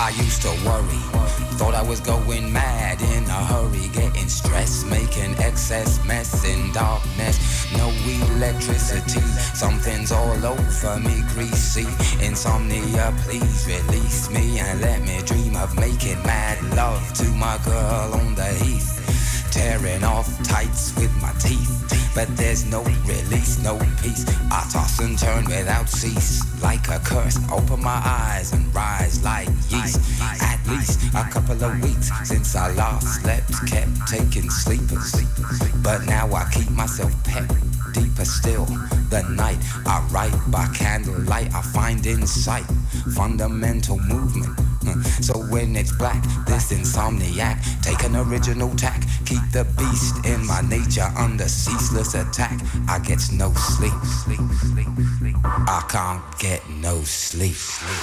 I used to worry, thought I was going mad in a hurry, getting stressed, making excess mess in darkness. No electricity, something's all over me, greasy. Insomnia, please release me and let me dream of making mad love to my girl on the heath. Tearing off tights with my teeth, but there's no release, no peace. I toss and turn without cease, like a curse. Open my eyes and rise like yeast. At least a couple of weeks since I last slept, kept taking sleepers, but now I keep myself pet. Deeper still, the night I write by candlelight, I find insight, fundamental movement. So when it's black, this insomniac, take an original tack, keep the beast in my nature under ceaseless attack. I get no sleep, sleep, sleep, sleep. I can't get no sleep, sleep.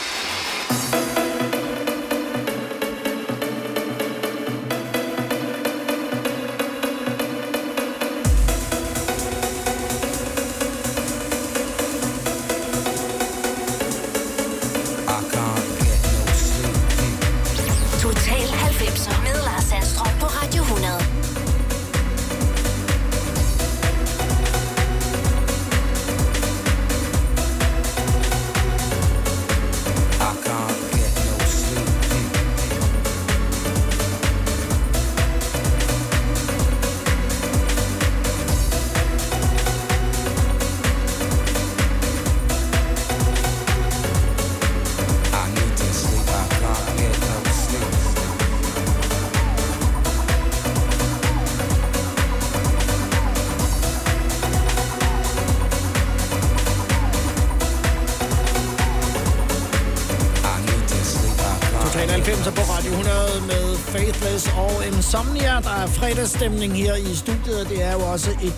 Insomnia, der er fredagsstemning her i studiet, og det er jo også et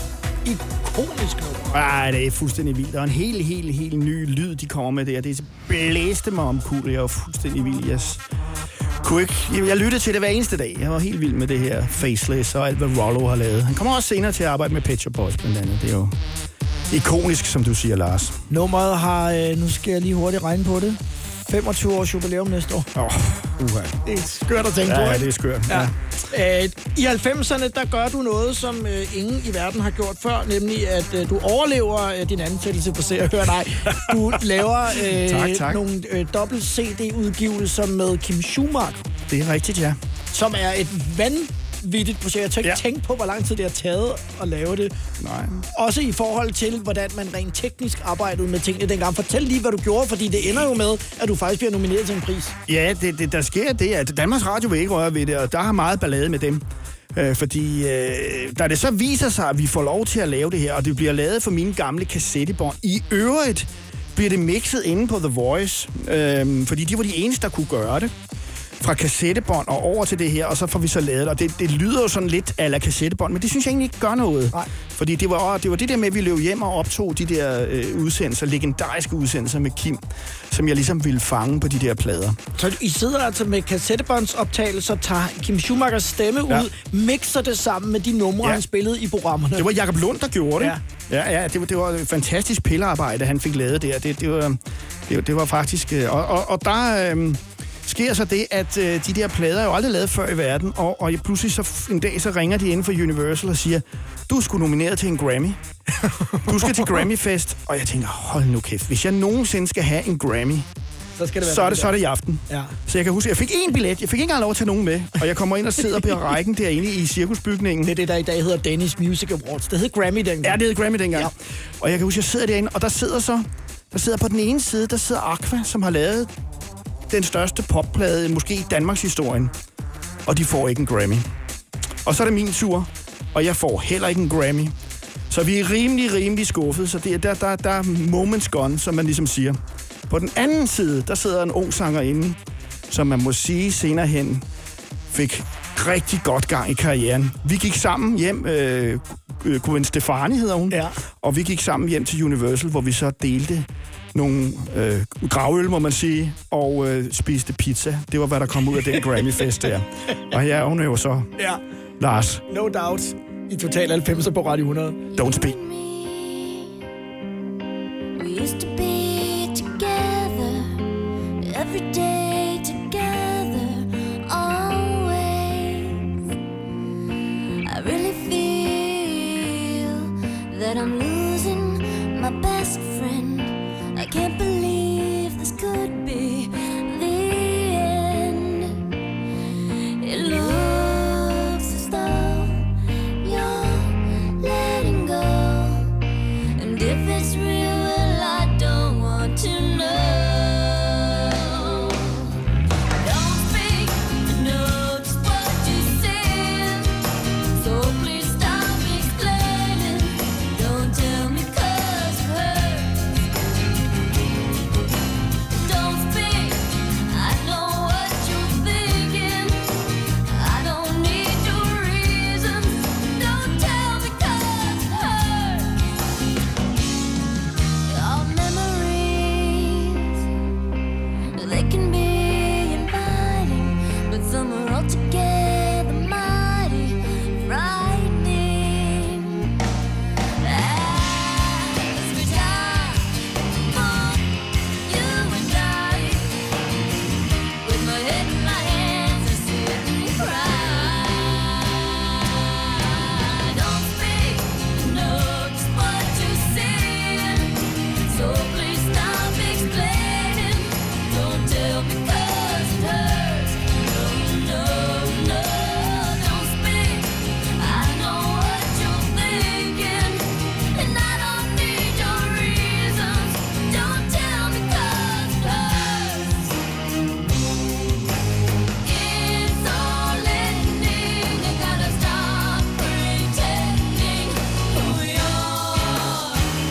ikonisk nummer. Ej, det er fuldstændig vildt. Der er en helt, helt, helt ny lyd, de kommer med der. Det blæste mig om kul. Jeg var fuldstændig vild. Jeg, kunne ikke, jeg, jeg lyttede til det hver eneste dag. Jeg var helt vild med det her Faceless og alt, hvad Rollo har lavet. Han kommer også senere til at arbejde med Pet Shop Boys, blandt andet. Det er jo ikonisk, som du siger, Lars. Nummeret har, nu skal jeg lige hurtigt regne på det, femogtyve års jubilæum næste år. Åh, oh, uha. Det er skørt at tænke ja, på, Ja, ikke? det er skørt. Ja. Ja. I halvfemserne, der gør du noget, som øh, ingen i verden har gjort før, nemlig at øh, du overlever øh, din ansættelse på Se og Hør dig. Du laver øh, tak, tak. nogle øh, dobbelt C D-udgivelser med Kim Schumacher. Det er rigtigt, ja. Som er et vanvittigt projekt. Jeg tør ikke ja. tænke på, hvor lang tid det har taget at lave det. Nej. Også i forhold til, hvordan man rent teknisk arbejdede med tingene dengang. Fortæl lige, hvad du gjorde, fordi det ender jo med, at du faktisk bliver nomineret til en pris. Ja, det, det, der sker det, at Danmarks Radio vil ikke røre ved det, og der har meget ballade med dem. Øh, fordi øh, da det så viser sig, at vi får lov til at lave det her, og det bliver lavet for mine gamle kassettebånd, i øvrigt bliver det mixet inde på The Voice, øh, fordi de var de eneste, der kunne gøre det. Fra kassettebånd og over til det her, og så får vi så lavet det. Og det, det lyder jo sådan lidt a la kassettebånd, men det synes jeg egentlig ikke gør noget. Nej. Fordi det var, det var det der med, at vi løb hjem og optog de der øh, udsendelser, legendariske udsendelser med Kim, som jeg ligesom ville fange på de der plader. Så I sidder altså med kassettebåndsoptagelser, tager Kim Schumachers stemme ja. ud, mixer det sammen med de numre, ja. han spillede i programmerne. Det var Jakob Lund, der gjorde det. Ja, ja, ja det, var, det var et fantastisk pillearbejde, han fik lavet der. Det, det, var, det, det var faktisk... Og, og, og der... Øh, sker så det, at øh, de der plader er jo aldrig lavet før i verden, og, og pludselig så en dag så ringer de inden for Universal og siger, du er sgu nomineret til en Grammy. Du skal til Grammy-fest. Og jeg tænker, hold nu kæft, hvis jeg nogensinde skal have en Grammy, så, skal det være så, er det, så er det i aften. Ja. Så jeg kan huske, jeg fik én billet, jeg fik ikke engang lov til nogen med, og jeg kommer ind og sidder på rækken derinde i cirkusbygningen. Det er det, der i dag hedder Danish Music Awards. Det hed Grammy dengang. Ja, det hed Grammy dengang. Ja. Og jeg kan huske, jeg sidder derinde, og der sidder så, der sidder på den ene side, der sidder Aqua, som har lavet den største popplade, måske i Danmarks historien. Og de får ikke en Grammy. Og så er det min tur, og jeg får heller ikke en Grammy. Så vi er rimelig, rimelig skuffet, så det er der, der, der er moments gone, som man ligesom siger. På den anden side, der sidder en ung sangerinde, som man må sige senere hen fik rigtig godt gang i karrieren. Vi gik sammen hjem, øh, Gwen Stefani hedder hun, ja. og vi gik sammen hjem til Universal, hvor vi så delte nogle øh, gravøl, må man sige, og øh, spiste pizza. Det var, hvad der kom ud af den Grammy-fest der. Og her er hun jo så, ja. Lars. No doubt. I Total halvfemser på Radio hundrede. Don't speak. We used to be together every day that I'm losing my best friend. I can't believe this could be the end. It looks as though you're letting go, and if it's real, well, I don't want to know. Don't speak, I know just what you're saying, so please stop explaining. Don't tell me 'cause it hurts. Don't speak, I know what you're thinking. I don't need your reasons. Don't tell me 'cause it hurts. Our memories, they can be inviting, but some are altogether mighty frightening. As we die for you and I, with my head in my hands, I sit and cry. Don't speak, I know just what you're saying, so please stop explaining. Don't tell me 'cause it hurts. No, no, no, don't speak. I know what you're thinking, and I don't need your reasons. Don't tell me 'cause it hurts. It's all ending. You gotta stop pretending who you are.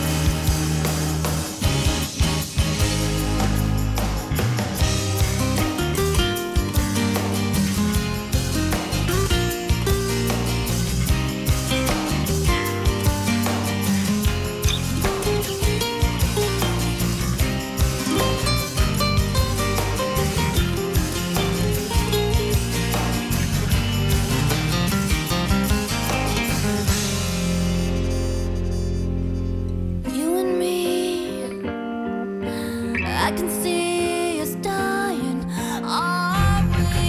You and me, I can see us dying, are we?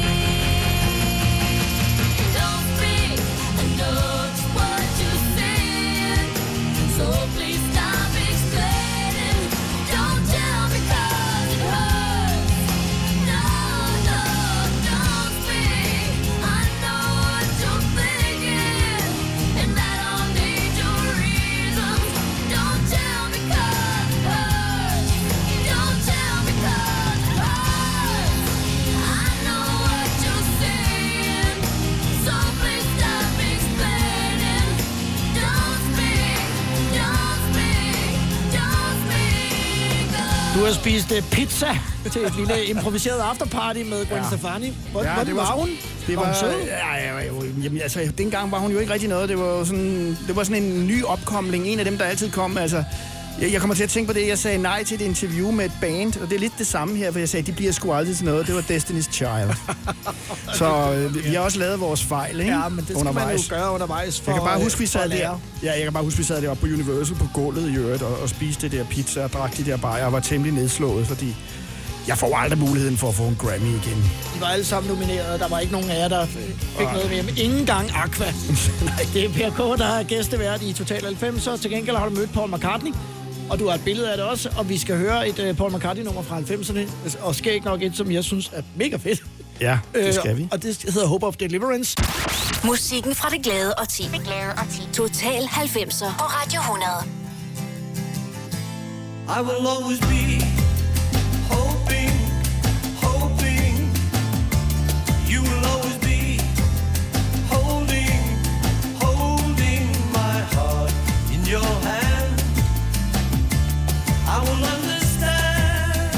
Don't speak, I know just what you're saying, so please stop explaining. Don't tell me 'cause it hurts. No, no, don't speak. I know what you're thinking, and I don't need your reasons. Don't tell me 'cause it hurts. Don't tell me 'cause it hurts. I know what you're saying, so please stop explaining. Don't speak, don't speak, don't speak. Du har spist uh, pizza til et lille improviseret afterparty med Gwen Ja. Stefani. Hvor, Ja, hvordan det var- var hun? Det Var var, hun sød? ja, ja, ja, jamen, altså, dengang var hun jo ikke rigtig noget. Det var jo sådan, det var sådan en ny opkomling. En af dem, der altid kom. Altså, jeg, jeg kommer til at tænke på det. Jeg sagde nej til et interview med et band, og det er lidt det samme her, for jeg sagde, de bliver sgu aldrig til noget. Det var Destiny's Child. Så øh, vi har også lavet vores fejl, ikke? Ja, men det skal undervejs. man jo gøre undervejs for, Jeg kan bare huske, vi for sad at lære. der. Ja, jeg kan bare huske, vi sad deroppe på Universal på gulvet i øvrigt og, og spiste det der pizza og drak de der bajer og var temmelig nedslået, fordi jeg får aldrig muligheden for at få en Grammy igen. De var alle sammen nomineret. Der var ikke nogen af jer, der fik noget med. Men ingen gang Aqua. Det er Per K, der er gæstevært i Total halvfems, og til gengæld har du mødt Paul McCartney. Og du har et billede af det også, og vi skal høre et uh, Paul McCartney-nummer fra halvfemserne, og skæg nok et, som jeg synes er mega fedt. Ja, det skal Øh, vi. Og det hedder Hope of Deliverance. Musikken fra det glade årti. Det glade årti. Total halvfemser på Radio hundrede. I will always be hoping, hoping. You will always be holding, holding my heart in your hand. I will understand.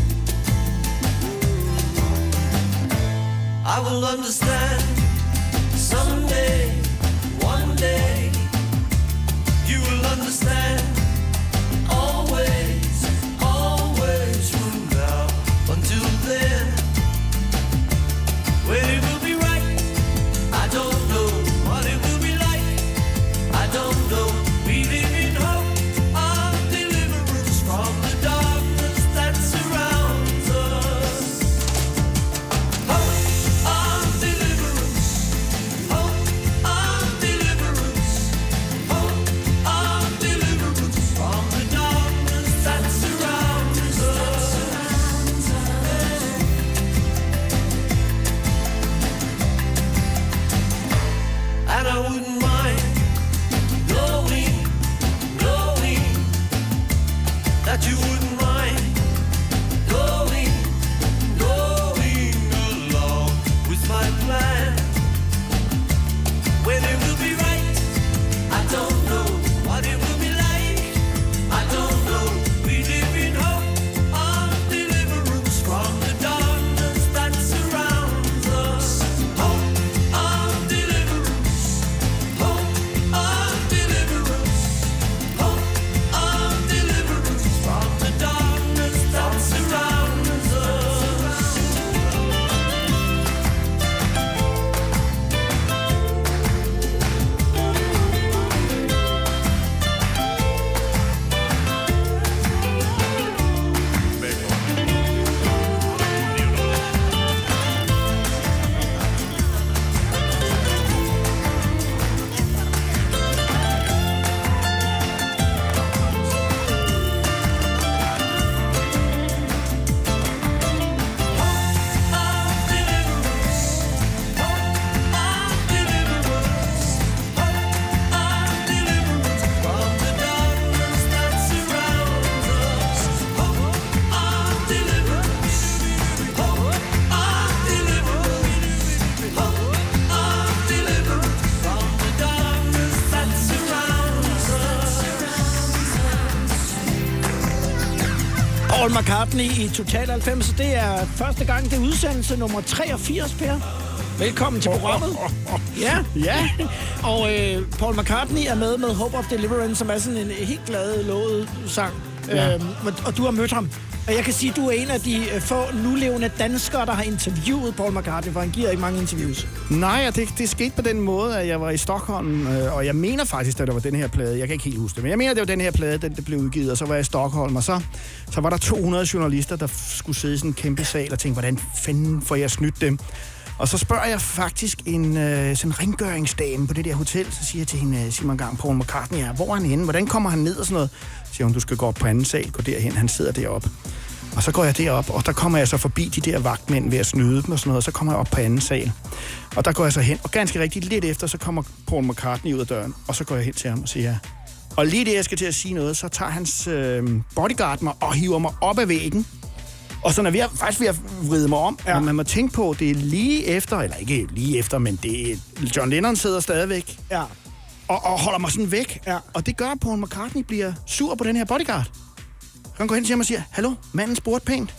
I will understand someday, one day. You will understand. Always, always from now until then. When it will be right, I don't know what it will be like. I don't know. We live in hope of deliverance from the darkness that surrounds us. Hope of deliverance. Hope of deliverance. Hope of deliverance. Paul McCartney i Total halvfems. Det er første gang, det er udsendelse nummer treogfirs, Per. Velkommen til programmet. Ja, ja. Og øh, Paul McCartney er med med Hope of Deliverance, som er sådan en helt glad, lovet sang. Ja. Øhm, og du har mødt ham. Og jeg kan sige, at du er en af de øh, få nulevende danskere, der har interviewet Paul McCartney, for han giver ikke mange interviews. Nej, det, det skete på den måde, at jeg var i Stockholm, øh, og jeg mener faktisk, at det var den her plade. Jeg kan ikke helt huske det, men jeg mener, at det var den her plade, den der blev udgivet, og så var jeg i Stockholm, og så, så var der to hundrede journalister, der skulle sidde i sådan en kæmpe sal og tænke, hvordan fanden får jeg snydt dem? Og så spørger jeg faktisk en øh, sådan rengøringsdame på det der hotel, så siger jeg til hende, sig mig en gang, Paul McCartney er, hvor er han henne? Hvordan kommer han ned og sådan noget? Så siger hun, du skal gå op på anden sal, gå derhen, han sidder deroppe. Og så går jeg derop, og der kommer jeg så forbi de der vagtmænd ved at snyde dem og sådan noget, og så kommer jeg op på anden sal. Og der går jeg så hen, og ganske rigtigt lidt efter, så kommer Paul McCartney ud af døren, og så går jeg hen til ham og siger, og lige det, jeg skal til at sige noget, så tager hans øh, bodyguard mig og hiver mig op ad væggen. Og så når vi er faktisk ved at vride mig om, ja. Og man må tænke på, det er lige efter, eller ikke lige efter, men det er, John Lennon sidder stadigvæk, ja. og, og holder mig sådan væk. Ja. Og det gør, at Paul McCartney bliver sur på den her bodyguard. Han går hen til ham og siger, hallo, manden spurgte pænt.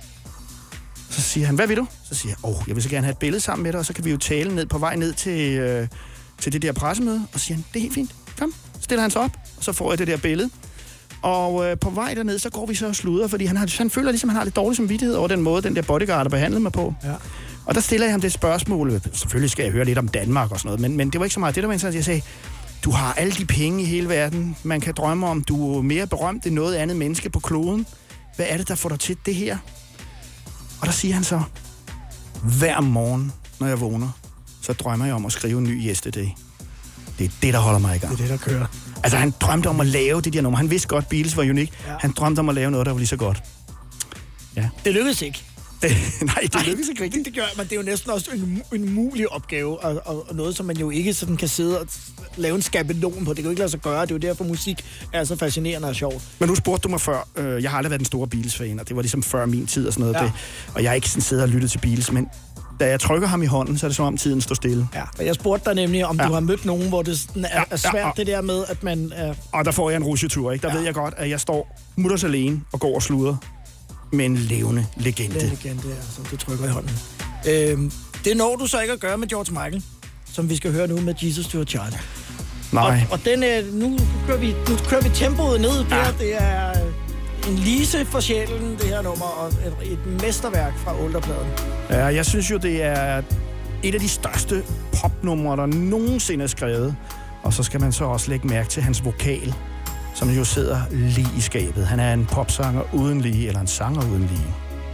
Så siger han, hvad vil du? Så siger jeg, åh, oh, jeg vil så gerne have et billede sammen med dig, og så kan vi jo tale ned på vej ned til, øh, til det der pressemøde. Og så siger han, det er helt fint, kom. Så stiller han sig op, og så får jeg det der billede. Og øh, på vej derned, så går vi så og sluder, fordi han, har, han føler ligesom, han har lidt dårlig samvittighed over den måde, den der bodyguard har behandlet mig på. Ja. Og der stiller jeg ham det spørgsmål, selvfølgelig skal jeg høre lidt om Danmark og sådan noget, men, men det var ikke så meget det, der var interessant. Jeg sagde, du har alle de penge i hele verden, man kan drømme om, du er mere berømt end noget andet menneske på kloden. Hvad er det, der får dig til det her? Og der siger han så, hver morgen, når jeg vågner, så drømmer jeg om at skrive en ny Yesterday. Det er det, der holder mig i gang. Det er det, der kører. Altså, han drømte om at lave det der nummer. Han vidste godt, Beatles var unik. Ja. Han drømte om at lave noget, der var lige så godt. Ja. Det lykkedes ikke. Det, nej, det lykkedes ikke rigtigt. Det gør, men det er jo næsten også en, en mulig opgave, og, og, og noget, som man jo ikke sådan kan sidde og lave en skabelon på. Det kan jo ikke lade sig gøre. Det er jo derfor, musik er så fascinerende og sjovt. Men nu spurgte du mig før. Øh, jeg har aldrig været den store Beatles-fan, og det var ligesom før min tid og sådan noget. Ja. Det, og jeg har ikke sådan siddet og lyttet til Beatles, men da jeg trykker ham i hånden, så er det som om tiden står stille. Ja, og jeg spurgte dig nemlig, om ja. du har mødt nogen, hvor det er, ja, er svært, ja, og, det der med, at man er... Og der får jeg en rusjetur, ikke? Der ja. ved jeg godt, at jeg står mutters alene og går og sluder med en levende legende. En legende, ja, som du trykker i hånden. Øhm, det når du så ikke at gøre med George Michael, som vi skal høre nu med Jesus to a Child. Nej. Og, og den, øh, nu, kører vi, nu kører vi tempoet ned der. Ja. Det er en lise for sjælen, det her nummer, og et, et mesterværk fra Olderpladen. Ja, jeg synes jo, det er et af de største popnumre, der nogensinde er skrevet. Og så skal man så også lægge mærke til hans vokal, som jo sidder lige i skabet. Han er en popsanger uden lige, eller en sanger uden lige.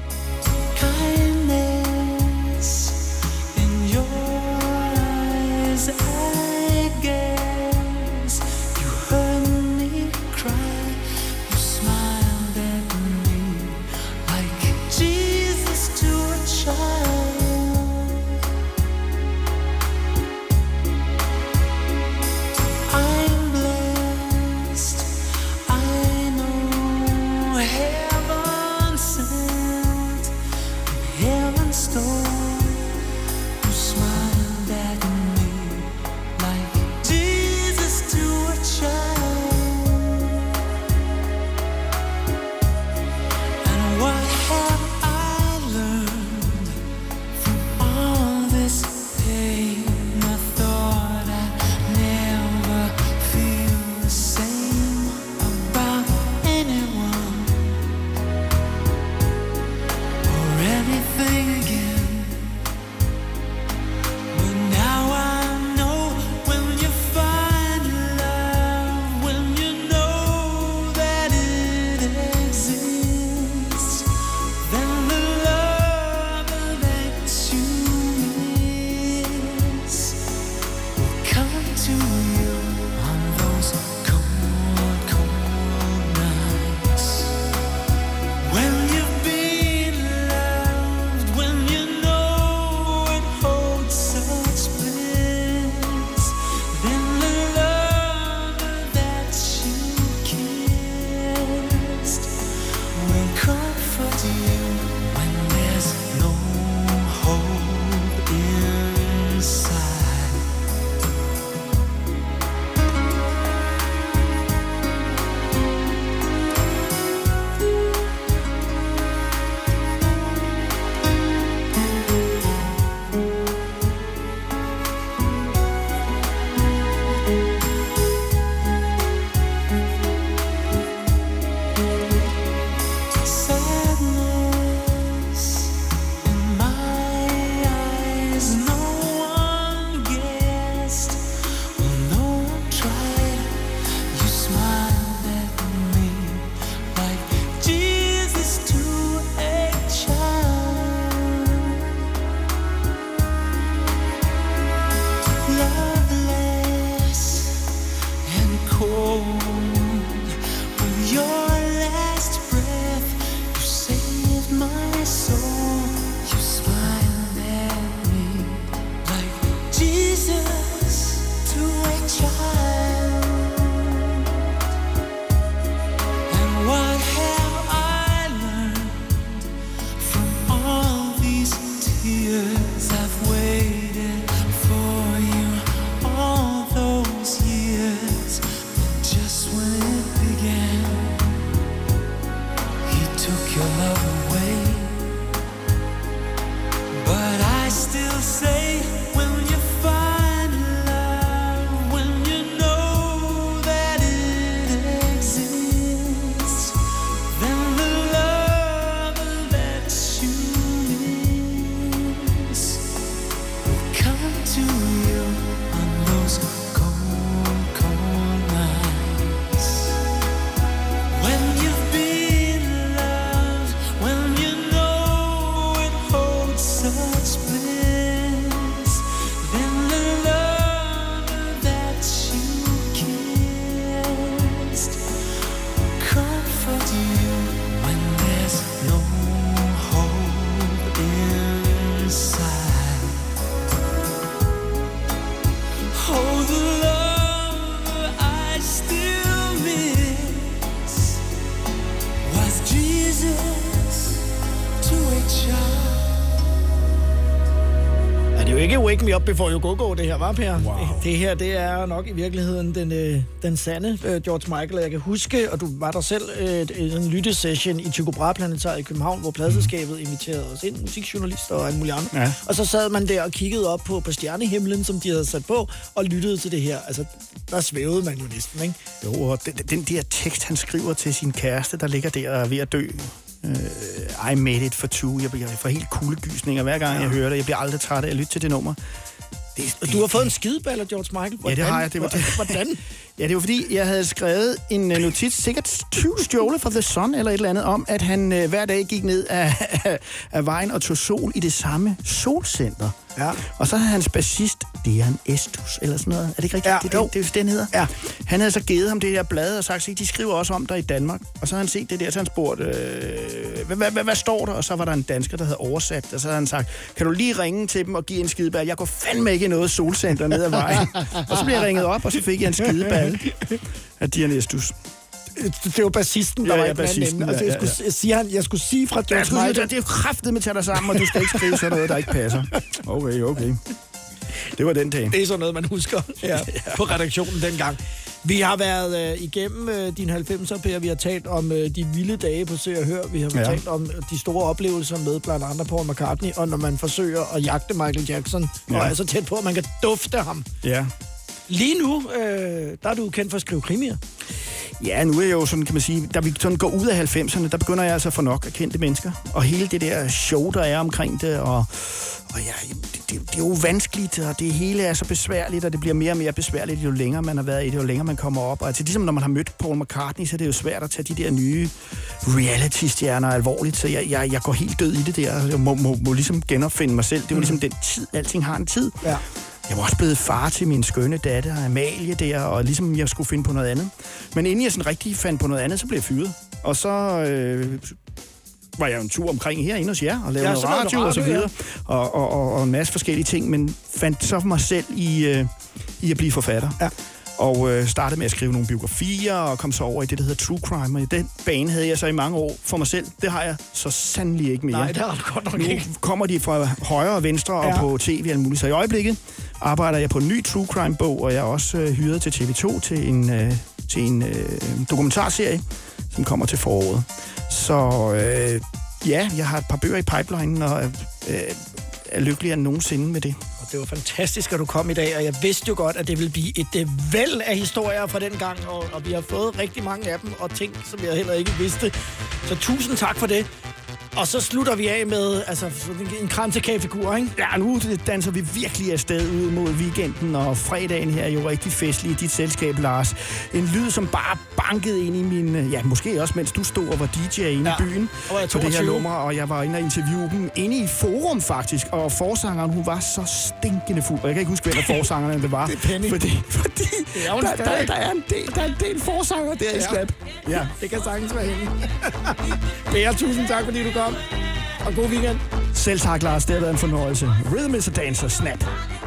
Kindness in your eyes, I guess. You heard me cry, you smiled at me like Jesus to a child. I'm blessed, I know heaven sent. say when you find love, when you know that it exists, then the love that you miss will come to you on those cold, cold nights. When you've been loved, when you know it holds such bliss, then the love that you kissed will comfort you when there's no hope inside. Oh, the love I still miss was Jesus to a child. Er det jo ikke Wake Me Up Before You Go Go, det her, var Per? Wow. Det her, det er nok i virkeligheden den, øh, den sande øh, George Michael. Jeg kan huske, og du var der selv, øh, en lyttesession i Tycho Brahe Planetariet i København, hvor pladselskabet inviterede os ind, musikjournalister og alt muligt andet. Ja. Og så sad man der og kiggede op på, på stjernehimlen, som de havde sat på, og lyttede til det her. Altså, der svævede man jo næsten, ikke? Jo, og den, den der tekst, han skriver til sin kæreste, der ligger der og er ved at dø. Uh, I made it for two. Jeg bliver for helt kuldegysninger hver gang, ja. jeg hører det. Jeg bliver aldrig træt af at lytte til det nummer. Det, det, Du har fået en skideball af George Michael. Ja, det har jeg. Det var, Hvordan? Ja, det var fordi, jeg havde skrevet en uh, notits, sikkert tyve stjåle fra The Sun eller et eller andet, om, at han uh, hver dag gik ned af, af, af vejen og tog sol i det samme solcenter. Ja. Og så havde hans bassist, Dejan Estus, eller sådan noget. Er det ikke rigtigt? Ja, det, jo. det, det, den hedder. Ja. Han havde så givet ham det her blad og sagt, se, de skriver også om dig i Danmark. Og så havde han set det der, så han spurgte, øh, hvad, hvad, hvad, hvad står der? Og så var der en dansker, der havde oversat, og så havde han sagt, kan du lige ringe til dem og give en skideball? Jeg går fandme ikke i noget solcenter ned ad vejen. Og så blev jeg ringet op, og så fik jeg en skideball af Dejan Estus. Det var bassisten, der Ja, var ja, i blandt bassisten, andet. Altså, jeg, ja, ja, skulle, sige, han, jeg skulle sige fra Jeg George skulle sige, Michael... det er jo kraftigt med at tage dig sammen, og du skal ikke skrive sådan noget, der ikke passer. Okay, okay. Det var den dag. Det er sådan noget, man husker ja, på redaktionen dengang. Vi har været øh, igennem øh, dine halvfemser, Per. Vi har talt om øh, de vilde dage på Se og Hør. Vi har Ja. talt om de store oplevelser med blandt andre Paul McCartney, og når man forsøger at jagte Michael Jackson, Ja. og er så tæt på, at man kan dufte ham. Ja. Lige nu, øh, der er du kendt for at skrive krimier. Ja, nu er jeg jo sådan, kan man sige, da vi sådan går ud af halvfemserne, der begynder jeg altså at få nok af kendte mennesker. Og hele det der show, der er omkring det, og, og ja, det, det, det er jo vanskeligt, og det hele er så besværligt, og det bliver mere og mere besværligt, jo længere man har været i det, jo længere man kommer op. Og altså, ligesom når man har mødt Paul McCartney, så er det jo svært at tage de der nye reality-stjerner alvorligt, så jeg, jeg, jeg går helt død i det der, jeg må, må, må ligesom genopfinde mig selv. Det er jo ligesom den tid, alting har en tid. Ja. Jeg var også blevet far til min skønne datter, Amalie der, og ligesom jeg skulle finde på noget andet. Men inden jeg sådan rigtig fandt på noget andet, så blev jeg fyret. Og så øh, var jeg en tur omkring herinde hos jer, og lavede Ja, noget så lavede radio du og så radio, videre, og, og, og, og en masse forskellige ting, men fandt så mig selv i, øh, i at blive forfatter. Ja. Og øh, startede med at skrive nogle biografier, og kom så over i det, der hedder True Crime. Og i den bane havde jeg så i mange år for mig selv. Det har jeg så sandelig ikke mere. Nej, det har du godt nok nu ikke. kommer de fra højre og venstre og Ja. på tv og alt muligt. Så i øjeblikket arbejder jeg på en ny True Crime-bog, og jeg er også øh, hyret til T V to til en, øh, til en øh, dokumentarserie, som kommer til foråret. Så øh, ja, jeg har et par bøger i pipelinen, og øh, er lykkeligere end nogensinde med det. Og det var fantastisk, at du kom i dag, og jeg vidste jo godt, at det ville blive et øh, væld af historier fra den gang, og, og vi har fået rigtig mange af dem, og ting, som jeg heller ikke vidste. Så tusind tak for det. Og så slutter vi af med altså, sådan en kransekagefigur, ikke? Ja, nu danser vi virkelig afsted ud mod weekenden, og fredagen her er jo rigtig festlig i dit selskab, Lars. En lyd, som bare bankede ind i min... Ja, måske også, mens du stod og var D J inde Ja. i byen. Og jeg på det her toogtyve. nummer, og jeg var inde og interviewe dem inde i Forum, faktisk. Og forsangeren, hun var så stinkende fuld. Og jeg kan ikke huske, hvem af forsangerne det var. Det er Penny. Fordi, fordi Det er jo en der, der, stadig. der, er en del, der er en del forsanger der i Ja. slap. Ja. Det kan sagtens være hende. Bea, tusind tak, fordi du kom. Og god weekend. Selv tak, Lars. Det har været en fornøjelse. Rhythm is a dancer. Snap.